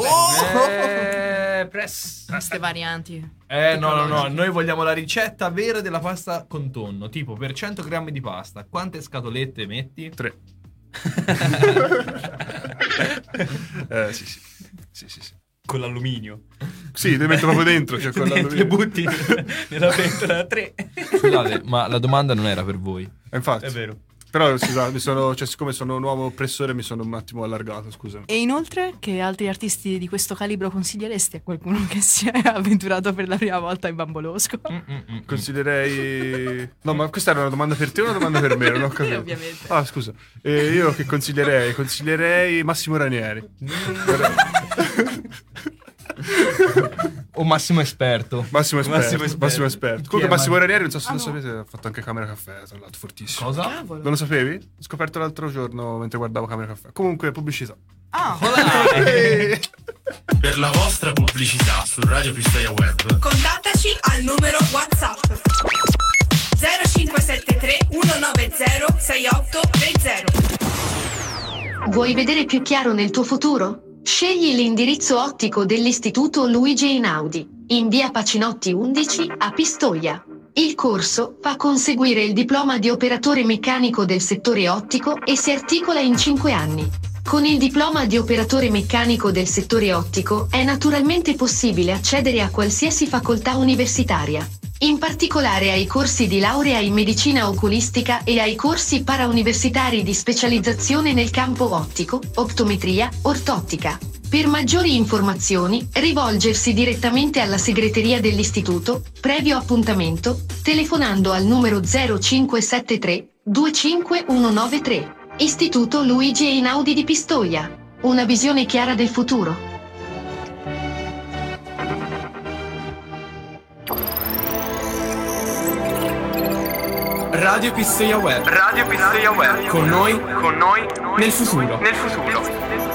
Eh, press. Queste varianti. Eh no no no, noi vogliamo la ricetta vera della pasta con tonno. Tipo per cento grammi di pasta, quante scatolette metti? Tre. eh, sì, sì. Sì, sì, sì. Con l'alluminio. Sì, le metto proprio dentro. Cioè con Le l'alluminio. butti nella pentola tre. Scusate, ma la domanda non era per voi. Eh, Infatti. È vero. Però scusa, mi sono, cioè, siccome sono un nuovo oppressore mi sono un attimo allargato, scusa. E inoltre, che altri artisti di questo calibro consiglieresti a qualcuno che si è avventurato per la prima volta in Bambolosco? Mm-mm. Consiglierei... No, ma questa era una domanda per te o una domanda per me? Non ho capito. Ovviamente. Ah, scusa. Eh, io che consiglierei? Consiglierei Massimo Ranieri. O Massimo Esperto. Massimo Esperto. Massimo Esperto. Massimo Esperto. Chi Comunque è Massimo Ma- Ranieri, non so se Ah, lo no. sapete, ha fatto anche Camera Caffè, tra l'altro, fortissimo. Cosa? Cavolo. Non lo sapevi? Ho scoperto l'altro giorno mentre guardavo Camera Caffè. Comunque, pubblicità. Ah, Per la vostra pubblicità su Radio Pistoia Web. Contattaci al numero WhatsApp zero cinque sette tre uno nove zero sei otto tre zero. Vuoi vedere più chiaro nel tuo futuro? Scegli l'indirizzo ottico dell'Istituto Luigi Einaudi, in via Pacinotti undici a Pistoia. Il corso fa conseguire il diploma di operatore meccanico del settore ottico e si articola in cinque anni. Con il diploma di operatore meccanico del settore ottico è naturalmente possibile accedere a qualsiasi facoltà universitaria, in particolare ai corsi di laurea in medicina oculistica e ai corsi parauniversitari di specializzazione nel campo ottico, optometria, ortottica. Per maggiori informazioni, rivolgersi direttamente alla segreteria dell'istituto, previo appuntamento, telefonando al numero zero cinque sette tre due cinque uno nove tre. Istituto Luigi Einaudi di Pistoia. Una visione chiara del futuro. Radio Pistoia Web. Radio Pistoia Web. Con noi, con noi, nel futuro. Nel futuro.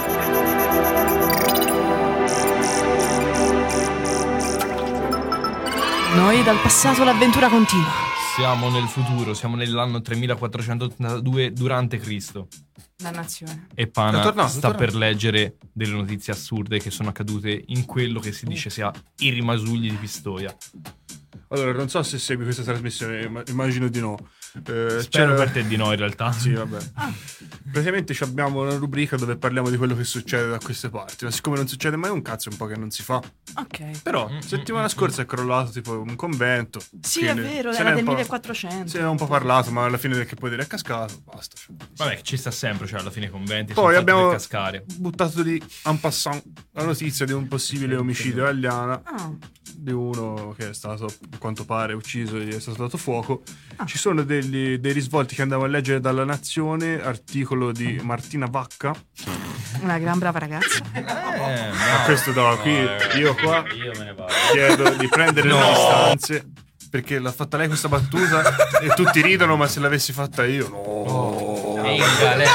noi dal passato l'avventura continua. Siamo nel futuro, siamo nell'anno tremilaquattrocentottantadue durante Cristo. Dannazione. E Pana È tornato, è sta tornato. per leggere delle notizie assurde che sono accadute in quello che si dice sia i rimasugli di Pistoia. Allora, non so se segui questa trasmissione, ma immagino di no. Eh, Spero c'era- per te di no, in realtà. Sì, vabbè. Praticamente ci abbiamo una rubrica dove parliamo di quello che succede da queste parti. Ma siccome non succede mai un cazzo, è un po' che non si fa. Ok. Però, settimana scorsa è crollato tipo un convento. Sì, Quindi è vero, se era ne è del un po'- millequattrocento. Se ne è un po' parlato, ma alla fine che puoi dire è cascato, basta. cioè. Vabbè, ci sta sempre, cioè alla fine i conventi Poi sono fatti abbiamo per cascare. buttato lì en passant la notizia di un possibile omicidio a Liana, Ah. di uno che è stato, a quanto pare, ucciso e è stato dato fuoco. Ah. Ci sono degli- dei risvolti che andavo a leggere dalla Nazione, articolo di Martina Vacca. Una gran brava ragazza. Eh, Ma questo da qui, io qua Io me ne vado. chiedo di prendere No. le distanze, perché l'ha fatta lei questa battuta e tutti ridono, ma se l'avessi fatta io, no. Venga, lei.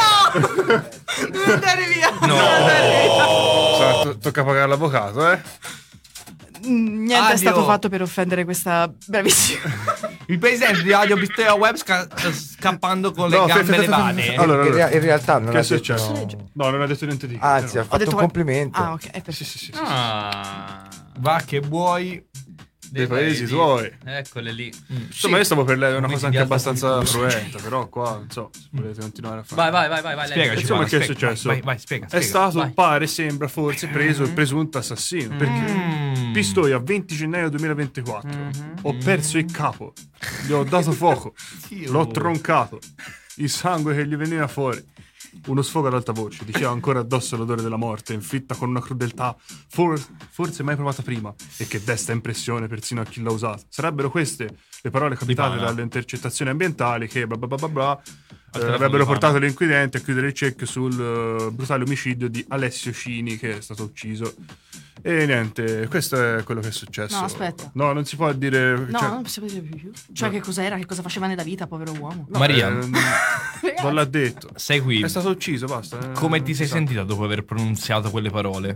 Non andare via. No. Sa, to- tocca pagare l'avvocato, eh? Mm, Niente Addio. è stato fatto per offendere questa bravissima. Il presidente di Radio Pistoia Web sca- scappando con le No, gambe fe- fe- fe- levate. fe- Allora, in, allora. rea- in realtà non Che ha è successo? detto... No, non ha detto niente di che. Anzi, ha però. fatto detto un qual- complimento. Ah, ok, è perfetto. Sì, sì, sì, sì. Ah, Va che vuoi. Dei paesi tuoi. Eccole lì. Insomma, io stavo per lei, è una Come cosa si anche di alta abbastanza cultura. cruenta, però qua, non so, se volete continuare a fare. Vai, vai, vai, vai, vai. Spiegaci, leggi. Insomma, Pana, che è spiega. successo? Vai, vai, spiega, È spiega. stato, vai. pare, sembra, forse, preso il presunto assassino. Perché Mm. Pistoia, venti gennaio duemilaventiquattro. Ho perso il capo. Gli ho dato fuoco. L'ho troncato. Il sangue che gli veniva fuori. Uno sfogo ad alta voce. Diceva ancora addosso l'odore della morte, inflitta con una crudeltà for- forse mai provata prima e che desta impressione persino a chi l'ha usato. Sarebbero queste le parole capitate Pana. dalle intercettazioni ambientali che bla bla bla bla bla, eh, telefono avrebbero di portato Pana. l'inquirente a chiudere il cerchio sul eh, brutale omicidio di Alessio Cini, che è stato ucciso. E niente, questo è quello che è successo. No, aspetta. No, non si può dire. No, cioè, non possiamo dire più. Cioè, che cos'era? Che cosa faceva nella vita, povero uomo? no, Maria. eh, non l'ha detto. Sei qui. È stato ucciso, basta. eh, Come non ti si sei sa. sentita dopo aver pronunziato quelle parole?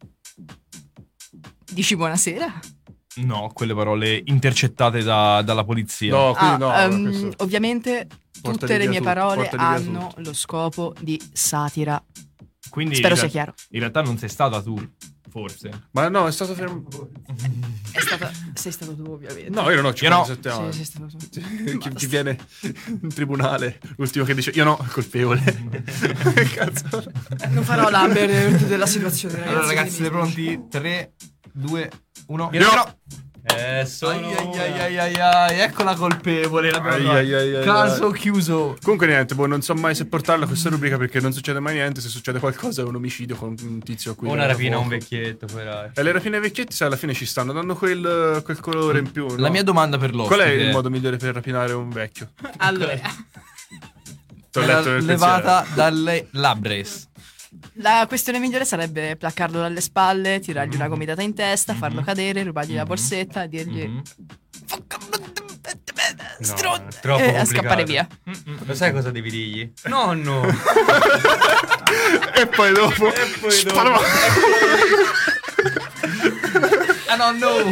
Dici buonasera? No, quelle parole intercettate da- dalla polizia. No, quindi Ah, no. ehm, questo- ovviamente Portali tutte le via mie tutto, parole portali via hanno lo scopo di satira. Quindi Spero in sia real- chiaro. In realtà non sei stata tu, forse. Ma no, è stato fermo. È stata... Sei stato tu, ovviamente. No, io non ho Io no. cinquantasette Sì, anni. sei stato tu. chi, chi viene in tribunale, l'ultimo che dice io no, colpevole. Cazzo. Non farò l'Amber della situazione, ragazzi. Allora ragazzi, siete quindi- pronti? tre, due, uno. Io no. Eh, sono... Ai, ai, ai, ai, ai, ai, ecco la colpevole. l'abbiamo Ai, ai, ai, ai, Caso ai. chiuso. Comunque niente, boh, non so mai se portarla questa rubrica perché non succede mai niente. Se succede qualcosa è un omicidio con un tizio a cui O una dare rapina a un fuoco. vecchietto, poi. E le rapine ai vecchietti, sai, alla fine ci stanno dando quel, quel colore in più. La no? mia domanda per l'ospite Qual è il modo migliore per rapinare un vecchio? Allora, T'ho era letto nel levata dalle labbres. la questione migliore sarebbe placcarlo dalle spalle, tirargli una gomitata in testa, farlo cadere, rubargli la borsetta e dirgli No, Stron- troppo e a complicato. scappare via. Lo sai cosa devi dirgli? Nonno! E poi dopo... E poi Sparo- dopo... Ah no, no.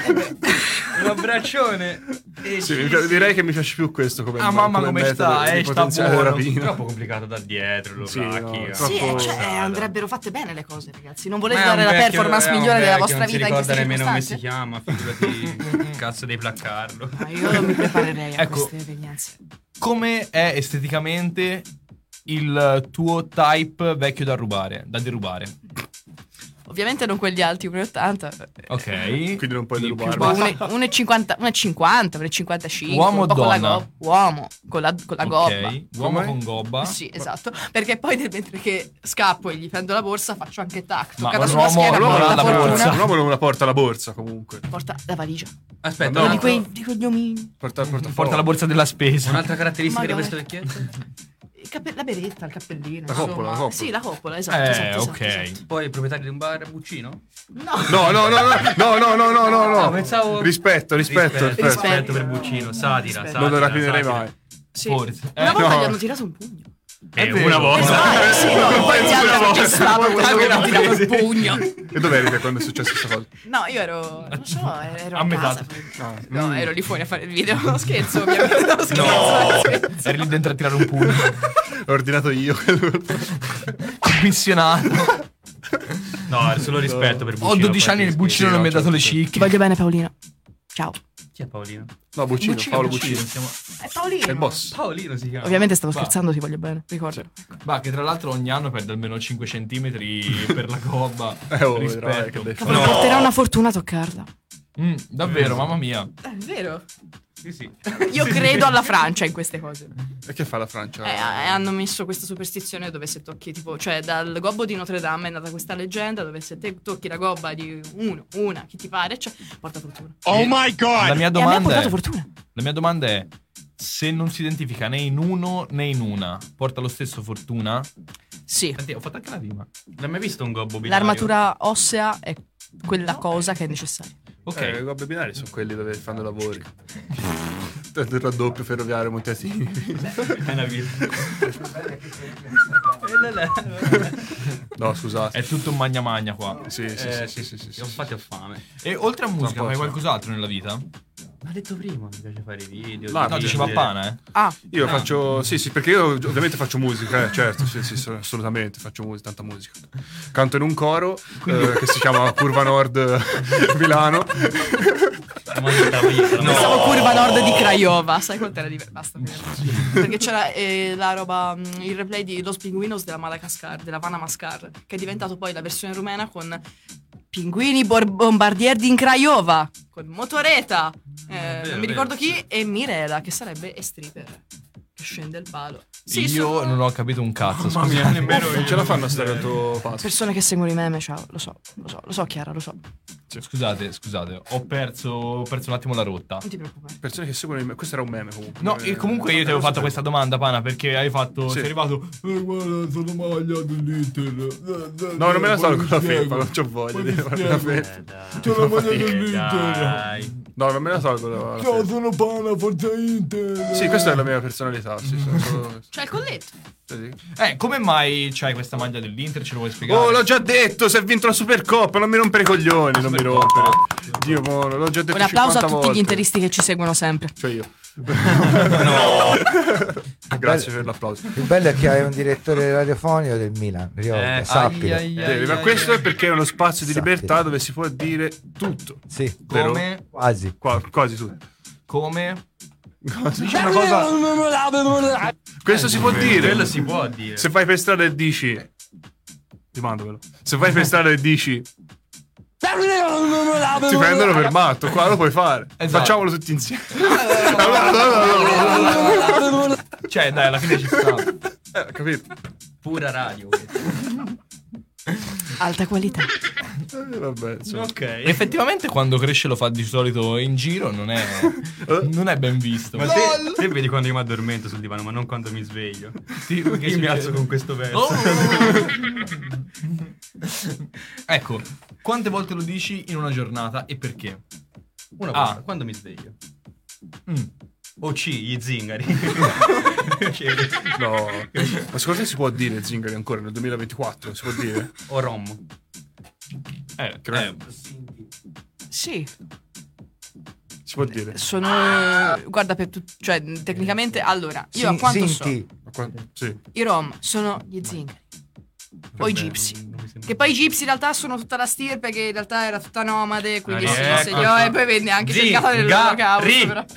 Un abbraccione. E Sì, ci- mi pi- direi che mi piace più questo come Ah, mamma, come metodo sta? di Eh, sta potenziale buono. rapina. Troppo complicato da dietro, lo Sì, placchi. no, eh. troppo- Sì, Troppo- eh, cioè, andrebbero fatte bene le cose, ragazzi. Non volete Ma è un dare la vecchio- performance è un migliore della vecchio, vostra vita in non si queste ricorda nemmeno come si circostanze? chiama, figurati. Cazzo devi placcarlo. Ma io non mi preparerei a Ecco. queste evenienze. Come è esteticamente il tuo type vecchio da rubare, da derubare? Ovviamente non quelli alti uno e ottanta. Ok. Quindi non puoi Più derubarlo. basso. uno e cinquanta, uno e cinquanta, uno e cinquantacinque. Uomo o un po' con la donna? go- Uomo, con la, con la gobba. Ok, uomo Come? con gobba. Sì, esatto. Perché poi nel mentre che scappo e gli prendo la borsa faccio anche tac. Ma Toccata un sulla uomo- schiena, l'uomo porta non ha la fortuna. borsa. Un uomo non la porta la borsa comunque. Porta la valigia. Aspetta, No, un Di altro- quei, di quegli omini. Porta il portafoglio. Porta la borsa della spesa. un'altra caratteristica di Magari. questo vecchietto? Il cappe- la beretta, il cappellino. La insomma. coppola, la coppola. Sì, la coppola, esatto. Eh, esatto, esatto, ok. esatto. Poi il proprietario di un bar Buccino? No. No, no, no, no, no, no, no, no, no, no. Ah, pensavo- Rispetto, rispetto, rispetto. rispetto per Buccino, satira, satira. Non lo rapinerei satira. mai. Sì. Forse. Una Eh, volta no. gli hanno tirato un pugno. Eh, vero. una volta. Esatto, sì, no, poi gli hanno registrato quello che hanno tirato il pugno. E dov'eri te quando è successa questa cosa? No, io ero, non so, ero A a metà. casa. Ah, No, mm. ero lì fuori a fare il video. No, scherzo, ovviamente. No, scherzo, No, scherzo. eri lì dentro a tirare un pugno. Ho ordinato io. Commissionato. No, è solo rispetto per Buccino. Ho dodici anni e il Buccino Sì, non no, mi ha dato le certo. cicche. Ti voglio bene, Paolino. Ciao. Chi è Paolino? No, Buccino, Buccino, Paolo Buccino. Buccino. È Paolino. È il boss. Paolino si chiama. Ovviamente stavo Va. scherzando, ti voglio bene, ricordo. Ma che tra l'altro ogni anno perde almeno cinque centimetri per la gobba. Eh, oh, Rispetto. vedrai che devi fare. Cavolo, porterà una fortuna a toccarla. Mm, davvero, mamma mia. È vero. Sì, sì. Io credo alla Francia in queste cose. E che fa la Francia? Eh, eh, hanno messo questa superstizione dove se tocchi, tipo, cioè dal gobbo di Notre Dame è nata questa leggenda dove se te tocchi la gobba di uno, una, chi ti pare, cioè, porta fortuna. Oh my god! La mia E a me ha domanda portato è, fortuna. la mia domanda è se non si identifica né in uno né in una, porta lo stesso fortuna? Sì. Senti, ho fatto anche la rima. Non hai mai visto un gobbo binario? L'armatura ossea è quella cosa che è necessaria. Ok. Eh, i gobbi binari sono quelli dove fanno lavori. Il raddoppio ferroviario Montiatini. È una vita. No, scusate. È tutto un magna magna qua. Sì, sì, Eh, sì, sì, sì, sì, Io sì. infatti ho fame. E oltre a musica, po' fai so. qualcos'altro nella vita? Ma detto prima, mi piace fare i video. No, No, sì, diceva sì. Pana, eh. Ah, Io faccio, sì, sì, perché io ovviamente faccio musica, eh, certo, sì, sì, assolutamente, faccio musica, tanta musica. Canto in un coro eh, che si chiama Curva Nord Milano. No. pensavo Curva Nord di Craiova. Sai quanto era diverso? Basta. Perché c'era eh, la roba, mh, il replay di Los Pinguinos della Madagascar, della Vana Mascar, che è diventato poi la versione rumena con Pinguini bor- bombardier din Craiova, con Motoreta, eh, vero, non mi ricordo vero, chi, e Mirela, che sarebbe Stripper, che scende il palo. Sì, Io sono non ho capito un cazzo. Mamma mia, scusate. nemmeno non ce la fanno a stare al tuo passo. persone che seguono i meme, ciao, lo so, lo so, lo so Chiara, lo so. Scusate, scusate, ho perso, ho perso un attimo la rotta. Non ti preoccupare. Persone che seguono i me- questo era un meme comunque. No, Eh, e comunque io ti avevo fatto questa domanda, Pana, perché hai fatto. Sì. Sei arrivato. Eh, guarda, sono maglia dell'Inter. No, non me la so Poi con mi la spiego. felpa, non c'ho voglia Poi di mi fare la spiego. felpa. C'ho la maglia Eh, dell'Inter. dai. No, non me la so con la, la Ciao, felpa. sono Pana, forza Inter. Sì, questa è la mia personalità, sì, sono solo- C'è il colletto. sì, sì. Eh, come mai c'hai questa maglia dell'Inter? Ce lo vuoi spiegare? Oh, l'ho già detto, si è vinto la Supercoppa, non mi rompere i coglioni, non mi rompere. Dio mono, l'ho già detto Un applauso a cinquanta tutti volte. gli interisti che ci seguono sempre. Cioè io. No. Grazie per l'applauso. Il bello è che hai un direttore radiofonico del Milan, ricorda, Eh, sappilo. ai, ai, ai, Devi, ma ai, questo ai. è perché è uno spazio di Sappilo. libertà dove si può dire tutto. Sì, Vero? Come? quasi. Qua- quasi tutto. Come? Dici una cosa. Questo si può dire. Quello si può dire. Se vai per strada e dici. Rimandamelo. Se vai per strada e dici. Ti prendono per matto, qua lo puoi fare. Esatto. Facciamolo tutti insieme. Cioè, dai, alla fine ci sta. Eh, capito? Pura radio. Alta qualità. Eh, vabbè, insomma. Ok. Effettivamente quando cresce lo fa di solito in giro, non è non è ben visto. Ma te, te vedi quando io mi addormento sul divano, ma non quando mi sveglio. Sì, io perché mi succede? alzo con questo verso. Oh! Ecco, quante volte lo dici in una giornata e perché? Una A. volta, quando mi sveglio. Mm. O C, gli zingari. No. Ma secondo te si può dire zingari ancora nel duemilaventiquattro? Si può dire? O rom. Eh, Che non- eh, Sì, Si può dire. sono. Guarda, per tut- cioè, tecnicamente, allora, io a Sin- quanto Sinti. Ma qua- Sì. so, i Rom sono gli zingari. O i me gypsy. Non mi sembra. Che poi i gypsy in realtà sono tutta la stirpe, che in realtà era tutta nomade, quindi Ah, si ecco. insegnò e poi venne anche cercata nell'olocausto. Zingari. Però.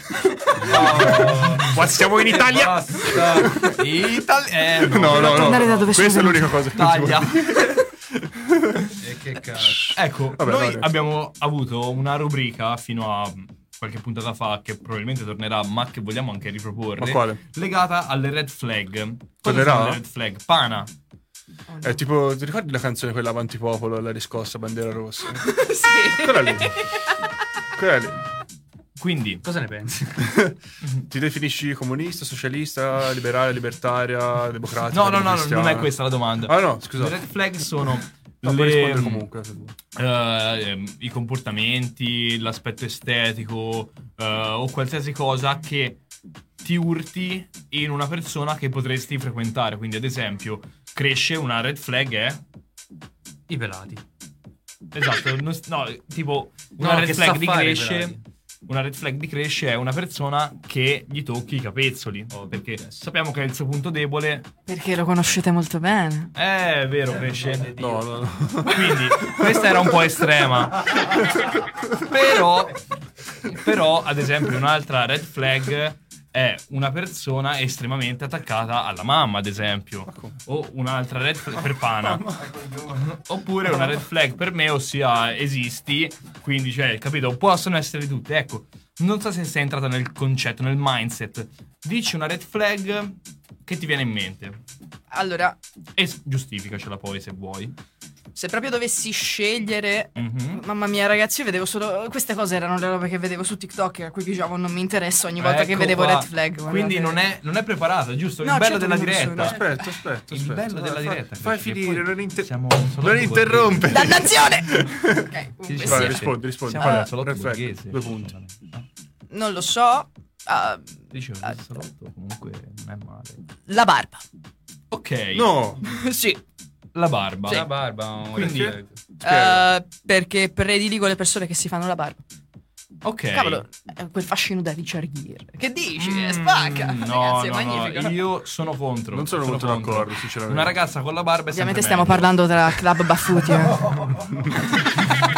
Qua siamo in Italia. basta. Itali- eh, no. No, no, no. tornare da dove Questa sono è l'unica cosa che non si può Taglia. dire. E che cazzo. Ecco, Vabbè, noi vabbè. abbiamo avuto una rubrica fino a qualche puntata fa che probabilmente tornerà, ma che vogliamo anche riproporre. Ma quale? Legata alle red flag. Cosa Tornerà? sono le red flag? Pana. È tipo, ti ricordi la canzone quella Avantipopolo, la riscossa, bandiera rossa? Sì. Quella lì. Quella lì. Quindi, Cosa ne pensi? Ti definisci comunista, socialista, liberale, libertaria, democratica? no, no, no, cristiana? non è questa la domanda. Ah no, Le scusa. red flag sono No, puoi le, rispondere comunque. se vuoi. eh, ehm, i comportamenti, l'aspetto estetico eh, o qualsiasi cosa che ti urti in una persona che potresti frequentare. Quindi, ad esempio, cresce una red flag è I pelati. esatto, non s- no, tipo una No, red che flag sa di fare i cresce. pelati. Una red flag di cresce è una persona che gli tocchi i capezzoli. Perché sappiamo che è il suo punto debole. Perché lo conoscete molto bene. Eh, È vero, cresce. No, no, no. Quindi questa era un po' estrema. Però, però, ad esempio, un'altra red flag è una persona estremamente attaccata alla mamma, ad esempio. O un'altra red flag per Pana. Oppure una red flag per me, ossia esisti. Quindi, cioè, capito? Possono essere tutte. Ecco, non so se sei entrata nel concetto, nel mindset. Dici una red flag che ti viene in mente. Allora, E s- giustificacela poi se vuoi. se proprio dovessi scegliere. Mhm. Mamma mia, ragazzi, io vedevo solo. Queste cose erano le robe che vedevo su TikTok, a cui diciamo non mi interessa ogni volta che Ecco vedevo qua. red flag. guardate. Quindi non è, non è preparata, giusto? No, Il bello certo della che non diretta. sono. Aspetta, aspetta, Il aspetta. bello della Fai- diretta. Fai perché finire, poi non, inter- siamo solo non due interrompere. Dannazione! Ok, Sì, comunque sì, Vai, sia. rispondi, rispondi. Siamo Qual è? al salotto Red flag, borghese. due punti. Non lo so. ah, Dicevo, il salotto comunque non è male. la barba. Ok. No. Sì. La barba. La barba. un Quindi- red flag. eh, perché prediligo le persone che si fanno la barba. Ok. Cavolo, è quel fascino da Richard Gere. Che dici? Mm, Spacca. No, Ragazzi, è no, magnifico. no, no? io sono contro. Non sono molto contro. d'accordo, sinceramente. Una ragazza con la barba è Ovviamente sempre stiamo meglio. parlando tra club baffuti. eh.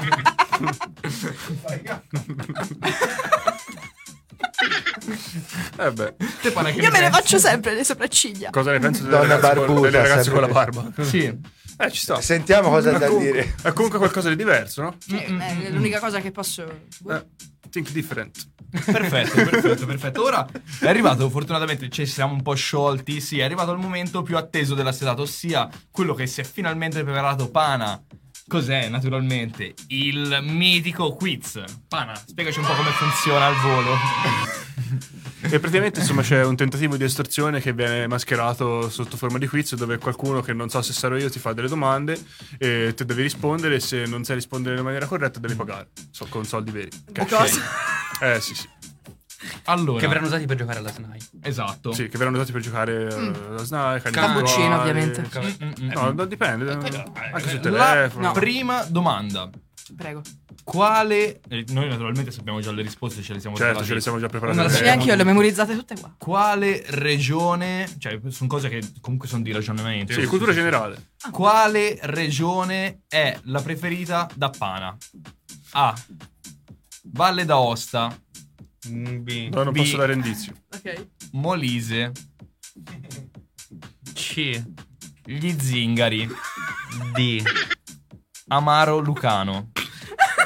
Eh beh. Te pare che Io ne me ne pensi? faccio sempre le sopracciglia. Cosa ne pensi delle Donna ragazze, con, barbuta, delle ragazze sempre. con la barba? Sì. Eh, ci sta. Sentiamo cosa ha È da comunque- dire. È comunque qualcosa di diverso, no? Sì, è l'unica cosa che posso. Eh, think different. Perfetto, perfetto, perfetto. Ora è arrivato, fortunatamente ci siamo un po' sciolti. Sì, è arrivato il momento più atteso della serata, ossia quello che si è finalmente preparato Pana. Cos'è, naturalmente? Il mitico quiz. Pana, spiegaci un po' come funziona al volo. E praticamente insomma c'è un tentativo di estorsione che viene mascherato sotto forma di quiz, dove qualcuno che non so se sarò io ti fa delle domande e te devi rispondere, e se non sai rispondere in maniera corretta devi pagare, so, con soldi veri. Ok. Cosa? Eh sì sì. Allora, Che verranno usati per giocare alla S N A I. esatto. Sì, che verranno usati per giocare uh, la SNAI, Cappuccino, ovviamente. Mm, mm, No, mm. non dipende, anche sul La telefono. prima domanda. Prego. Quale... eh, noi naturalmente sappiamo già le risposte, ce le siamo Certo, preparate. ce le siamo già preparate. Una- Sì, anch'io le ho memorizzate tutte qua. Quale regione... Cioè, sono cose che comunque sono di ragionamento. Sì, cultura generale. Quale regione è la preferita da Pana? A. Valle d'Aosta. Mm, B. No, non B. posso dare indizio. Ok. Molise. C. Gli Zingari. D. Amaro Lucano.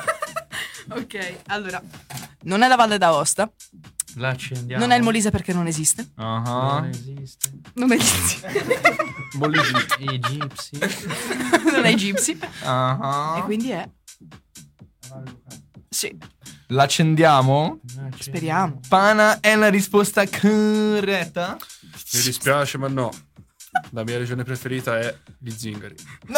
Ok, allora. Non è la Valle d'Aosta. La accendiamo. Non è il Molise perché non esiste. Ah. Non esiste. Non esiste. Molise. I Gypsy. Non è Gypsy. Ah. E quindi è. Sì, L'accendiamo? speriamo. Pana è la risposta corretta? Mi dispiace, ma no. La mia regione preferita è gli zingari. No!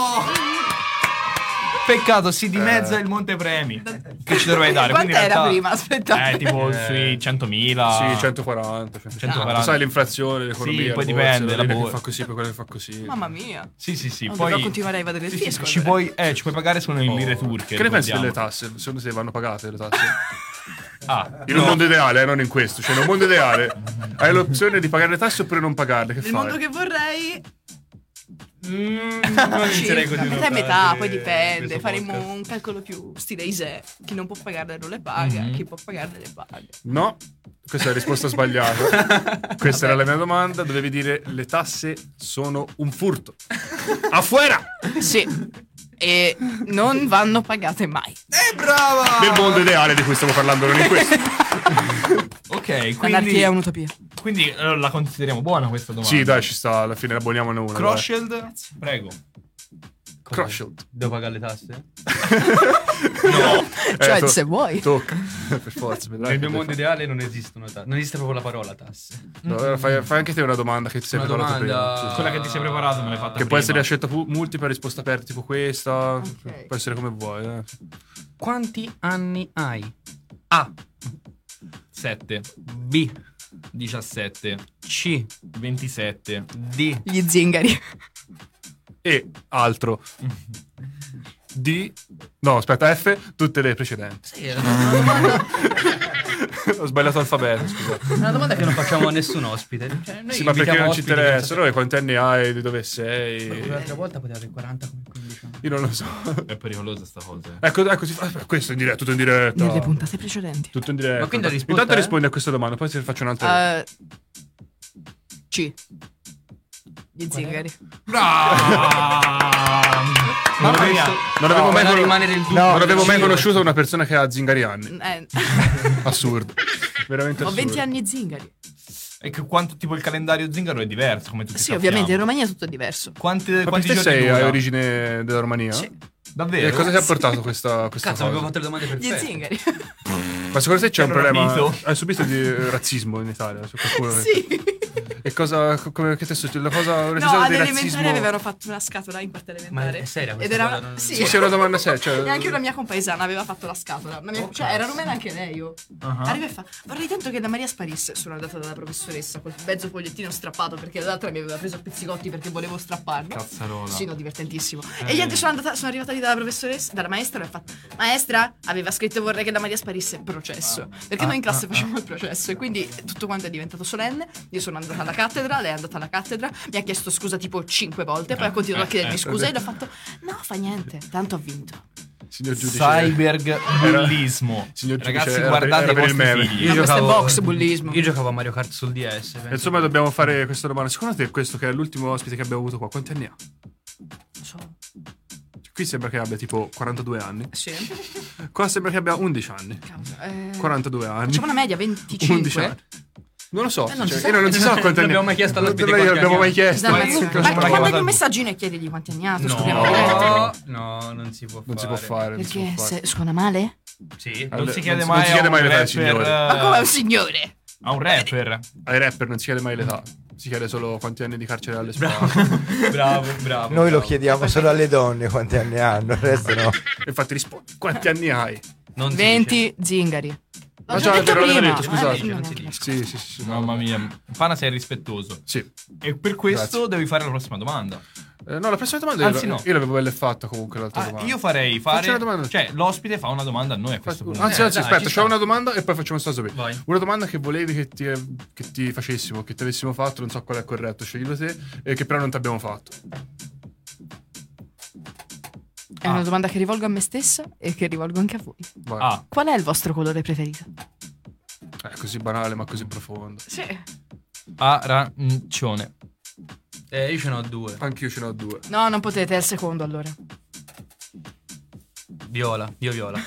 Peccato, si dimezza il montepremi che ci dovrei dare. Quanto quindi in era realtà- prima? Aspetta. Eh, tipo sui centomila. Sì, centoquaranta. centoquaranta. Sai l'inflazione, l'economia. Sì, poi la dipende, borsa, la che borsa. fa così, poi quello che fa così. Mamma mia. Sì, sì, sì. Non Poi dovrò continuare a evadere il sì, sì, fisco. ci allora. puoi, eh, ci puoi pagare solo in lire turche. Che ne pensi ricordiamo. delle tasse? Secondo te vanno pagate le tasse? Ah, In un mondo ideale, eh, non in questo. Cioè, in un mondo ideale hai l'opzione di pagare le tasse oppure non pagarle. Che Il fai? mondo che vorrei. Non inizierei così. Metà e metà, poi dipende. questo Faremo podcast. un calcolo più stile Isè. Chi non può pagarle non le paga, Mhm. chi può pagarle le paga. No, questa è la risposta sbagliata. Questa era la mia domanda. Dovevi dire le tasse sono un furto. Afuera! Sì. E non vanno pagate mai. Eh, brava! Nel mondo ideale di cui stiamo parlando, non in questo. Ok, quindi, L'anarchia è un'utopia. quindi eh, la consideriamo buona questa domanda. Sì, dai, ci sta. Alla fine abboniamone una. dai. Croshed? Prego. Cosa? Crushed. Devo pagare le tasse? Cioè, to- se vuoi. Tocca. Per forza. vedrai Nel che mio te mondo fa- ideale non esistono tasse. Non esiste proprio la parola tasse. No, allora fai, fai anche te una domanda che ti sei Una preparato domanda- prima. Sì, sì. Quella che ti sei preparato me l'hai fatta Che prima. può essere scelta pu- multipla, risposta aperta, tipo questa. Ok. Può essere come vuoi. Eh. Quanti anni hai? A. sette, B. diciassette, C. ventisette. D. Gli zingari. E altro. D. No, aspetta, F. Tutte le precedenti. Sì, è una domanda, Ho sbagliato l'alfabeto, scusa. una domanda che non facciamo a nessun ospite. Cioè, noi Sì, ma perché invitiamo non ci ospiti interessa? che- Noi quanti anni hai, di dove sei? L'altra volta poteva avere quaranta come quindici anni. Io non lo so. È pericolosa sta cosa. Ecco, ecco, si fa- questo in diretta, tutto in diretta. Nelle puntate precedenti. Tutto in diretta. Ma quindi la risposta Intanto è? rispondi a questa domanda, poi ti faccio un'altra. Eh, C. Gli zingari. Mamma mia. Non avevo No, mai, doveva con- rimanere il dubbio. non avevo mai Giro. conosciuto una persona che ha zingari anni. Eh, Assurdo. Veramente ho assurdo. venti anni e zingari. E che quanto tipo il calendario zingaro è diverso, come tutti Sì, sappiamo. ovviamente in Romania tutto è diverso. Quanti, Ma quanti perché giorni sei dura? hai origine della Romania? Sì. Davvero? E cosa ti ha portato questa, questa Cazzo, avevo cosa? fatto le domande Gli perfette. zingari. Ma secondo te c'è un Che hanno problema? rapito. Hai subito di eh, razzismo in Italia? C'è qualcuno che- Sì. E cosa, co- come, che testo, la cosa, un No, episodio di all'elementare razzismo? avevano fatto una scatola in parte elementare. Ma è seria Ed questa era cosa? una... Non- Sì. Sì, sì, è una domanda seria. Cioè, E anche una mia compaesana aveva fatto la scatola. Una mia- Cioè, era rumena anche lei. Oh. Ah. Arriva e fa: vorrei tanto che la Maria sparisse. Sono andata dalla professoressa col mezzo fogliettino strappato perché l'altra mi aveva preso a pizzicotti perché volevo strapparlo. Cazzarola. Sì, no, divertentissimo. Eh. E niente, sono andata, sono arrivata lì dalla professoressa, dalla maestra e ho fatto: maestra, aveva scritto vorrei che la Maria sparisse. Processo. Perché noi in classe facciamo il processo. E quindi tutto quanto è diventato solenne. Io sono andata alla cattedra, lei è andata alla cattedra, mi ha chiesto scusa tipo cinque volte, poi ha continuato a chiedermi eh, scusa e le ho fatto: no, fa niente, tanto ho vinto. Signor giudice. Cyberg bullismo. Signor giudice, Ragazzi, era per- guardate era i per il vostri meme. figli. Ma questo è box bullismo. Io giocavo a Mario Kart sul D S. penso. Insomma, dobbiamo fare questa domanda. Secondo te, questo che è l'ultimo ospite che abbiamo avuto qua, quanti anni ha? Non so. Cioè, qui sembra che abbia tipo quarantadue anni. Sì. Qua sembra che abbia undici anni. Cavolo, eh, quarantadue anni. Facciamo una media, venticinque. undici anni. Non lo so, Eh, non cioè, si sa. io non si sa quanti Non anni. abbiamo mai chiesto all'ospite Non quanti abbiamo anni mai ha. chiesto. Ma, Ma- ma, che- ma che- mandami cosa- un messaggino e chiedegli quanti anni ha, No, scopriamo direttamente. no, non si può Non si fare. può fare. non si Perché può fare. se suona male? Sì. Non Alle- si chiede non- mai non si chiede a mai un l'età ai rapper, signori. eh, Ma come un signore? a un rapper. Ai rapper non si chiede mai l'età. Si chiede solo quanti anni di carcere alle spalle. Bravo, bravo. Noi lo bravo. chiediamo solo alle donne quanti anni hanno, il resto no. Infatti rispondi. Quanti anni hai? Non si venti zingari. L'ho Ma già già, detto te l'avevo prima. detto, scusate. Eh, non Non si è- dice. Sì, sì, sì. sì. Mamma mia. Pana sei rispettoso. Sì. E per questo Grazie. devi fare la prossima domanda. Eh, no, la prossima domanda Anzi, io, no. io l'avevo belle fatta comunque l'altra Ah, domanda. io farei Faccio fare. una domanda. Cioè, l'ospite fa una domanda a noi a questo punto. Anzi, Eh, anzi, dai, aspetta, ci c'ho sta. una domanda e poi facciamo sta sopra. Vai. Una domanda che volevi che ti, che ti facessimo, che ti avessimo fatto, non so qual è corretto, sceglilo te, e che però non ti abbiamo fatto. È una domanda che rivolgo a me stessa e che rivolgo anche a voi. Vai. Ah, Qual è il vostro colore preferito? È così banale ma così profondo. Sì. arancione. Eh, io ce ne ho due. Anch'io ce ne ho due. No, non potete, è il secondo allora. Viola, io viola.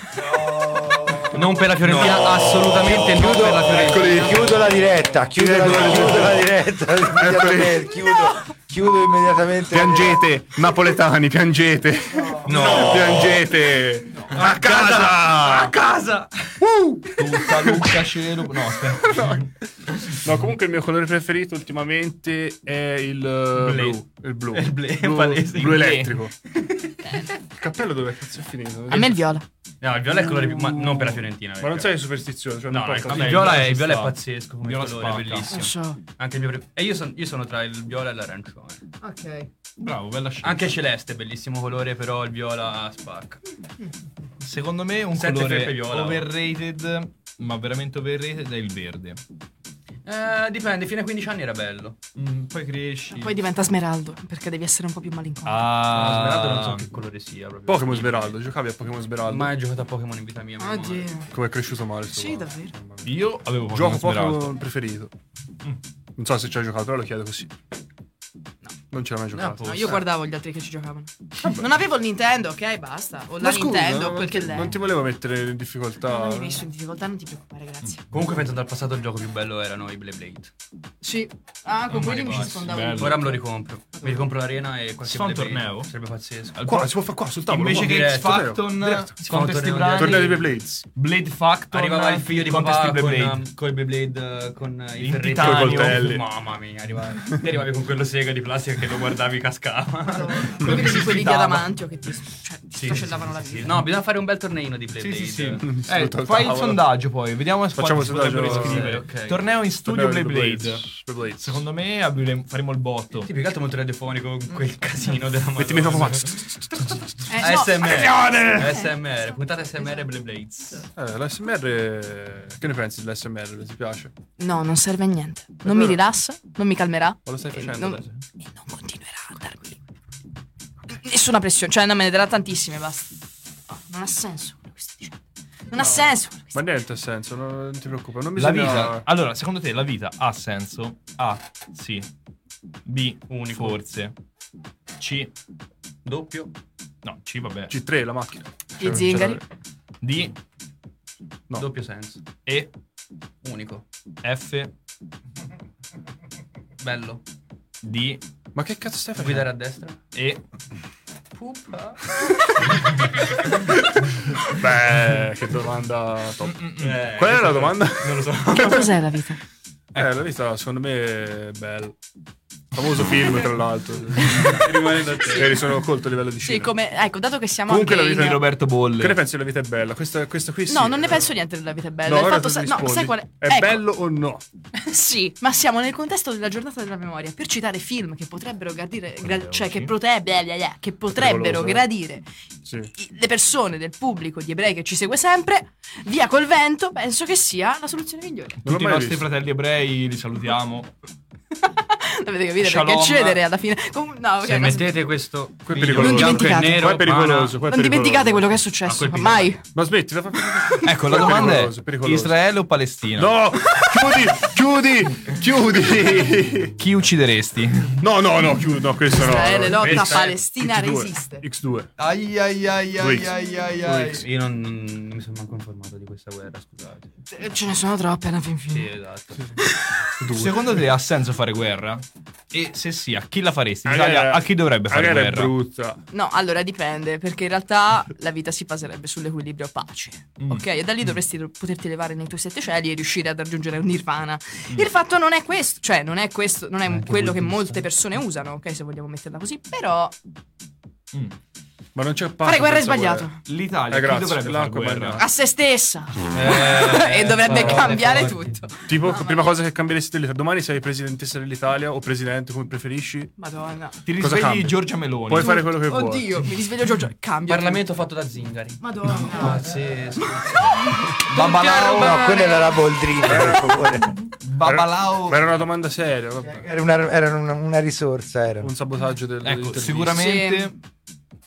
Non per la Fiorentina, no. assolutamente non per la Fiorentina. Chiudo la diretta, chiudo la, chiudo la diretta. Immediatamente, chiudo, chiudo immediatamente. Piangete, napoletani, piangete. No, no. Piangete. No. A casa! A casa! Uh. Tutta Luca Cielo. No, aspetta. No. No, comunque il mio colore preferito ultimamente è il blu. Il blu. Il blu, blu, palese, blu il elettrico. Il cappello dove cazzo è finito? A me il viola. No, il viola è il colore più. Ma non per la Fiorentina. Ma non sei superstizioso? Cioè no, non no, porta il, viola è, il viola è pazzesco. Come viola colore, è bellissimo. So. Anche il mio pre- E io, son, io sono tra il viola e l'arancione. Ok. Bravo, bella scelta. Anche il celeste, bellissimo colore, però il viola spacca. Secondo me un Sette colore viola, overrated, ma veramente overrated, è il verde. Eh, dipende, fino a quindici anni era bello. Mm, poi cresci. Poi diventa smeraldo, perché devi essere un po' più malinconico. Ah, no, smeraldo non so che colore sia. Proprio. Pokémon Smeraldo, giocavi a Pokémon Smeraldo? Mai giocato a Pokémon in vita mia. Oddio. Come è cresciuto male sto Sì, male. davvero. Io avevo Pokémon Gioco Smeraldo. Pokémon preferito. Mm. Non so se ci hai giocato, però lo chiedo così. No. Non ce l'hai mai giocato. No, io guardavo gli altri che ci giocavano. Non avevo il Nintendo, ok, basta. O la Ma scusa, Nintendo, non quel ti, che lei. non ti volevo mettere in difficoltà. Non mi hai messo in difficoltà, non ti preoccupare, grazie. Comunque penso dal passato il gioco più bello erano i Blade. Sì. Ah, con quelli mi ci sfondavo. Ora me lo ricompro. Mi ricompro l'arena e qualche Fa un Blade torneo? sarebbe pazzesco. Qua, si può fare qua sul tavolo. Invece qua. che X Diretto, Facton, diretto. Si fa un Contest torneo Brand, Torneo di Beyblades. Blade Facton, Arrivava il figlio di Contest papà Beyblade. con, con i Beyblade con i In ferretti titanio. coi coltelli. Mamma mia, arrivavi. Ti arrivavi con quello sega di plastica che lo guardavi cascava. Quelli di quelli di Sfidava. adamantio che ti, cioè, ti Sì, strocellavano sì, la sì, vita. sì. No, bisogna fare un bel torneino di Blade. Sì, sì, sì. Sotto Eh, il fai il tavolo. sondaggio poi, vediamo se Facciamo il quanti si potrebbero sondaggio. iscrivere. Ok. Torneo in studio Torneo di Blade Beyblades. Beyblades. Secondo me apriremo- faremo il botto. Sì, più che altro molto radiofonico con quel casino della Madonna. Metti il microfono qua. Eh, no, A S M R. attenzione! A S M R, puntata A S M R Blade Blades. Eh, l'A S M R. Che ne pensi dell'A S M R? Ti piace? No, non serve a niente. Non mi rilassa, non mi calmerà. Ma lo stai e facendo non, adesso? e non continuerà a darmi nessuna pressione. Cioè, non me ne darà tantissime, basta. Oh, non ha senso quello che stai dicendo. Non ha senso. quello che Ma stai- niente ha senso, non, non ti preoccupare. Non La bisogna. vita. Allora, secondo te la vita ha senso? A. Sì. B. Unico. Forse. C. Doppio. No, C vabbè. C tre, la macchina. Gli zingari. D. No. Doppio senso. E. Unico. F. Bello. D. Ma che cazzo stai facendo? Guidare a destra. E. Pupa. Beh, che domanda top. Eh, Qual era la domanda? Non lo so. Ma cos'è la vita? Eh, la vita secondo me è bella. Famoso film, tra l'altro. Rimanendo a te. Ieri sono colto a livello di Sì, cinema. come. Ecco, dato che siamo Comunque anche la vita in- Di Roberto Bolle. Che ne pensi della vita è bella? Questa, questa qui sì. No, non ne penso niente della vita è bella. No, Il ora fatto tu sa- mi no, rispondi. sai qual è? È Ecco. bello o no? Sì, ma siamo nel contesto della giornata della memoria per citare film che potrebbero gradire, gra- Bello, cioè sì. che, prote- beh, beh, beh, che potrebbero Pericoloso, eh? gradire Sì. i- le persone del pubblico, gli ebrei che ci segue sempre. Via col vento, penso che sia la soluzione migliore. Non l'ho Tutti i mai nostri visto. fratelli ebrei li salutiamo. Dovete capire Shalom. perché cedere alla fine. Com- no, ok, Se ma- mettete questo Qua è figlio pericoloso. bianco e dimenticate. nero, Qua è pericoloso. pana- Qua è non pericoloso. dimenticate quello che è Ah, successo. quel piccolo. Mai. Ma smetti, la fa- Ecco, la Qua è domanda pericoloso, è pericoloso. Israele o Palestina? No, chiudi, chiudi, chiudi. Chi uccideresti? No, no, no, chiudi, no, questo no. Israele lotta, Questa è Palestina X due. resiste. X due. Ai ai ai Due ai X. ai ai Due ai. X. Io non, non mi sono manco informato di questa guerra, scusate. Eh, Ce ne sono troppe alla fin fine. Sì, esatto. Secondo te ha senso fare guerra? E se sì, a chi la faresti? In La Italia, guerra- a chi dovrebbe La fare guerra è guerra? brutta. No, allora dipende, perché in realtà la vita si baserebbe sull'equilibrio pace. Mm. Ok? E da lì dovresti poterti elevare nei tuoi sette cieli e riuscire ad raggiungere un nirvana. Il fatto non è questo, cioè non è questo, non è Anche quello che buddista. molte persone usano, ok? Se vogliamo metterla così, però Mm. Ma non c'è pace. fare guerra è senza sbagliato. guerra. L'Italia, Eh, chi grazie, dovrebbe fare l'acqua guerra? bagnata. A se stessa. Eh, e dovrebbe parole cambiare forti. tutto. Tipo, prima cosa che cambieresti dell'Italia. Domani sei presidentessa dell'Italia o presidente, come preferisci. Madonna. Ti Cosa risvegli cambia? Giorgia Meloni. Puoi fare quello che vuoi. Oddio, mi risveglio Giorgio. Cambia. Parlamento fatto da zingari. Madonna. Pazzesco. Babalao. No, quella era la Boldrina, per favore. Babalao. Ma era una domanda seria. Vabbè. Era una, era una, una risorsa, era. Un sabotaggio del. Ecco, dell'intervista. sicuramente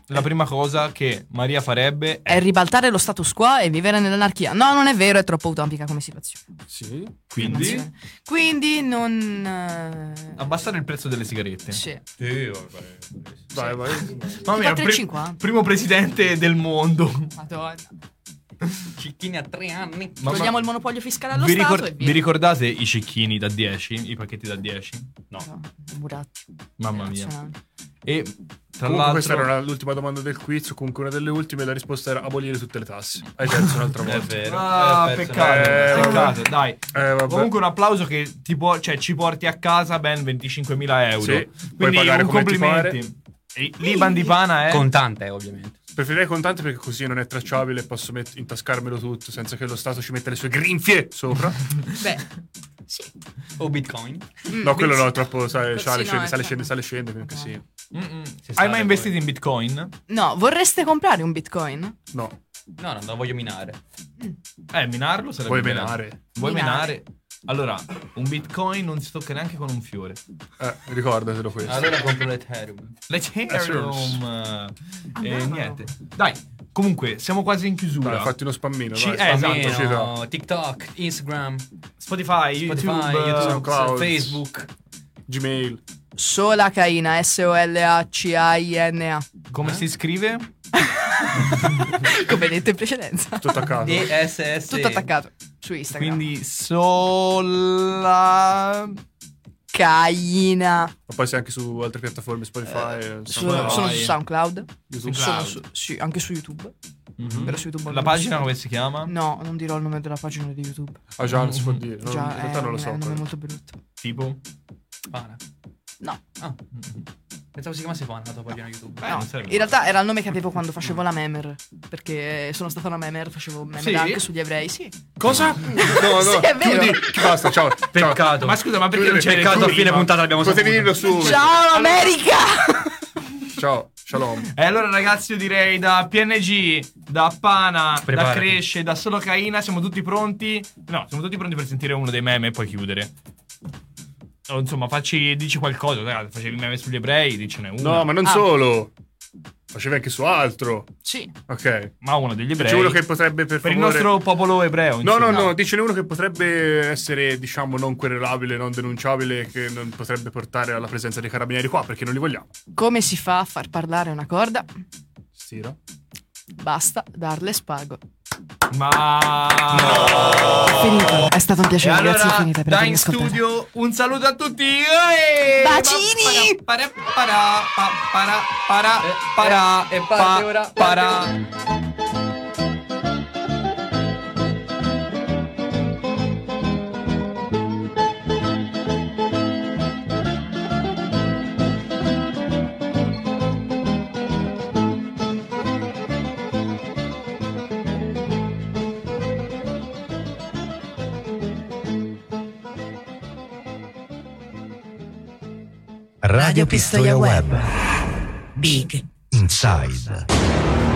la prima cosa che Maria farebbe È ribaltare lo status quo e vivere nell'anarchia. No, non è vero, è troppo utopica come situazione. Sì. Quindi Quindi non... eh, abbassare il prezzo delle sigarette. Sì. Sì, vabbè. Vai, vai. Mamma mia, Tipo tre e cinquanta. primo presidente del mondo. Madonna. Cicchini a tre anni. Mamma- Togliamo il monopolio fiscale allo Vi, Stato ricor- e via. vi ricordate i cecchini da dieci? I pacchetti da dieci? No. No, Muratti. Mamma mia. Emozionante. E tra Comunque questa l'altro era una- l'ultima domanda del quiz, o comunque una delle ultime, e la risposta era abolire tutte le tasse. Hai perso un'altra È volta. vero. Ah, Eh, perso. peccato, Eh, peccato, dai. Eh, vabbè. Comunque un applauso che ti può- cioè, ci porti a casa ben venticinquemila euro. Sì, puoi Quindi pagare un come ti complimenti. E l'I B A N di Pana è Contante, ovviamente. Preferirei contante perché così non è tracciabile e posso met- intascarmelo tutto senza che lo Stato ci metta le sue grinfie sopra. Beh, sì. O Bitcoin. No, quello no, troppo, sai, Sì, sale, no, scende, è sale, troppo. scende, sale, scende, quindi sì. Mm-mm. Se Hai sale, mai investito in Bitcoin? No, vorreste comprare un Bitcoin? No. No, no, no, voglio minare. Eh, minarlo sarebbe Vuoi bello. menare? Vuoi Minare. menare? Allora, un Bitcoin non si tocca neanche con un fiore. Eh, ricordatelo questo. Allora compro l'Ethereum. L'Ethereum. E niente. Dai, comunque, siamo quasi in chiusura. Dai, fatti uno spammino, Ci- dai. eh, Spammino, esatto. ci dà. No, TikTok, Instagram, Spotify, Spotify, YouTube, YouTube, SoundCloud. Facebook. Gmail. Sola Caina, S O L A C A I N A. come si scrive? Come detto in precedenza. Tutto attaccato. D S S. Tutto attaccato su Instagram. Quindi sola Caina. Ma poi sei anche su altre piattaforme, Spotify. eh, Sono, SoundCloud. sono su SoundCloud. YouTube. Sono su- sì, anche su YouTube. Mhm. Però su YouTube La non pagina so. come si chiama? No, non dirò il nome della pagina di YouTube. Ah già, non si può dire. Non- Già, in realtà è, non lo è so. un nome però. molto brutto. Tipo? Pana. No, Ah. Pensavo si chiamasse Pana la tua pagina YouTube. Eh, no. non sarebbe In realtà era il nome che avevo quando facevo la memer. Perché sono stata una memer, facevo memer Sì? anche sugli ebrei. Sì. Cosa? No, no. Sì, è vero. Chiudi. Basta, ciao. ciao. Peccato. Ma scusa, ma perché non c'è Peccato, a fine puntata l'abbiamo Potevi saputo. dirlo su. Ciao America! Ciao. Shalom. E allora ragazzi io direi da P N G, da Pana, Preparati. da Cresce, da Solo Caina, siamo tutti pronti? No, siamo tutti pronti per sentire uno dei meme e poi chiudere. O, insomma, facci, dici qualcosa, dai, facevi meme sugli ebrei, dicene uno. No, ma non Ah. solo. Facevi anche su altro. Sì. Ok. Ma uno degli ebrei. C'è uno che potrebbe per per il favore... nostro popolo ebreo. No, no, insomma. no, dicene uno che potrebbe essere, diciamo, non querelabile, non denunciabile, che non potrebbe portare alla presenza dei carabinieri qua, perché non li vogliamo. Come si fa a far parlare una corda? Stira. Basta darle spago. Ma È finito. È stato un E piacere. allora, Grazie infinite per da avermi in ascoltato. studio un saluto a tutti. Eeeh! Bacini! Para, para, pa, para, para, para, E parte pa, ora, para. Radio Pistoia Web. Big Inside.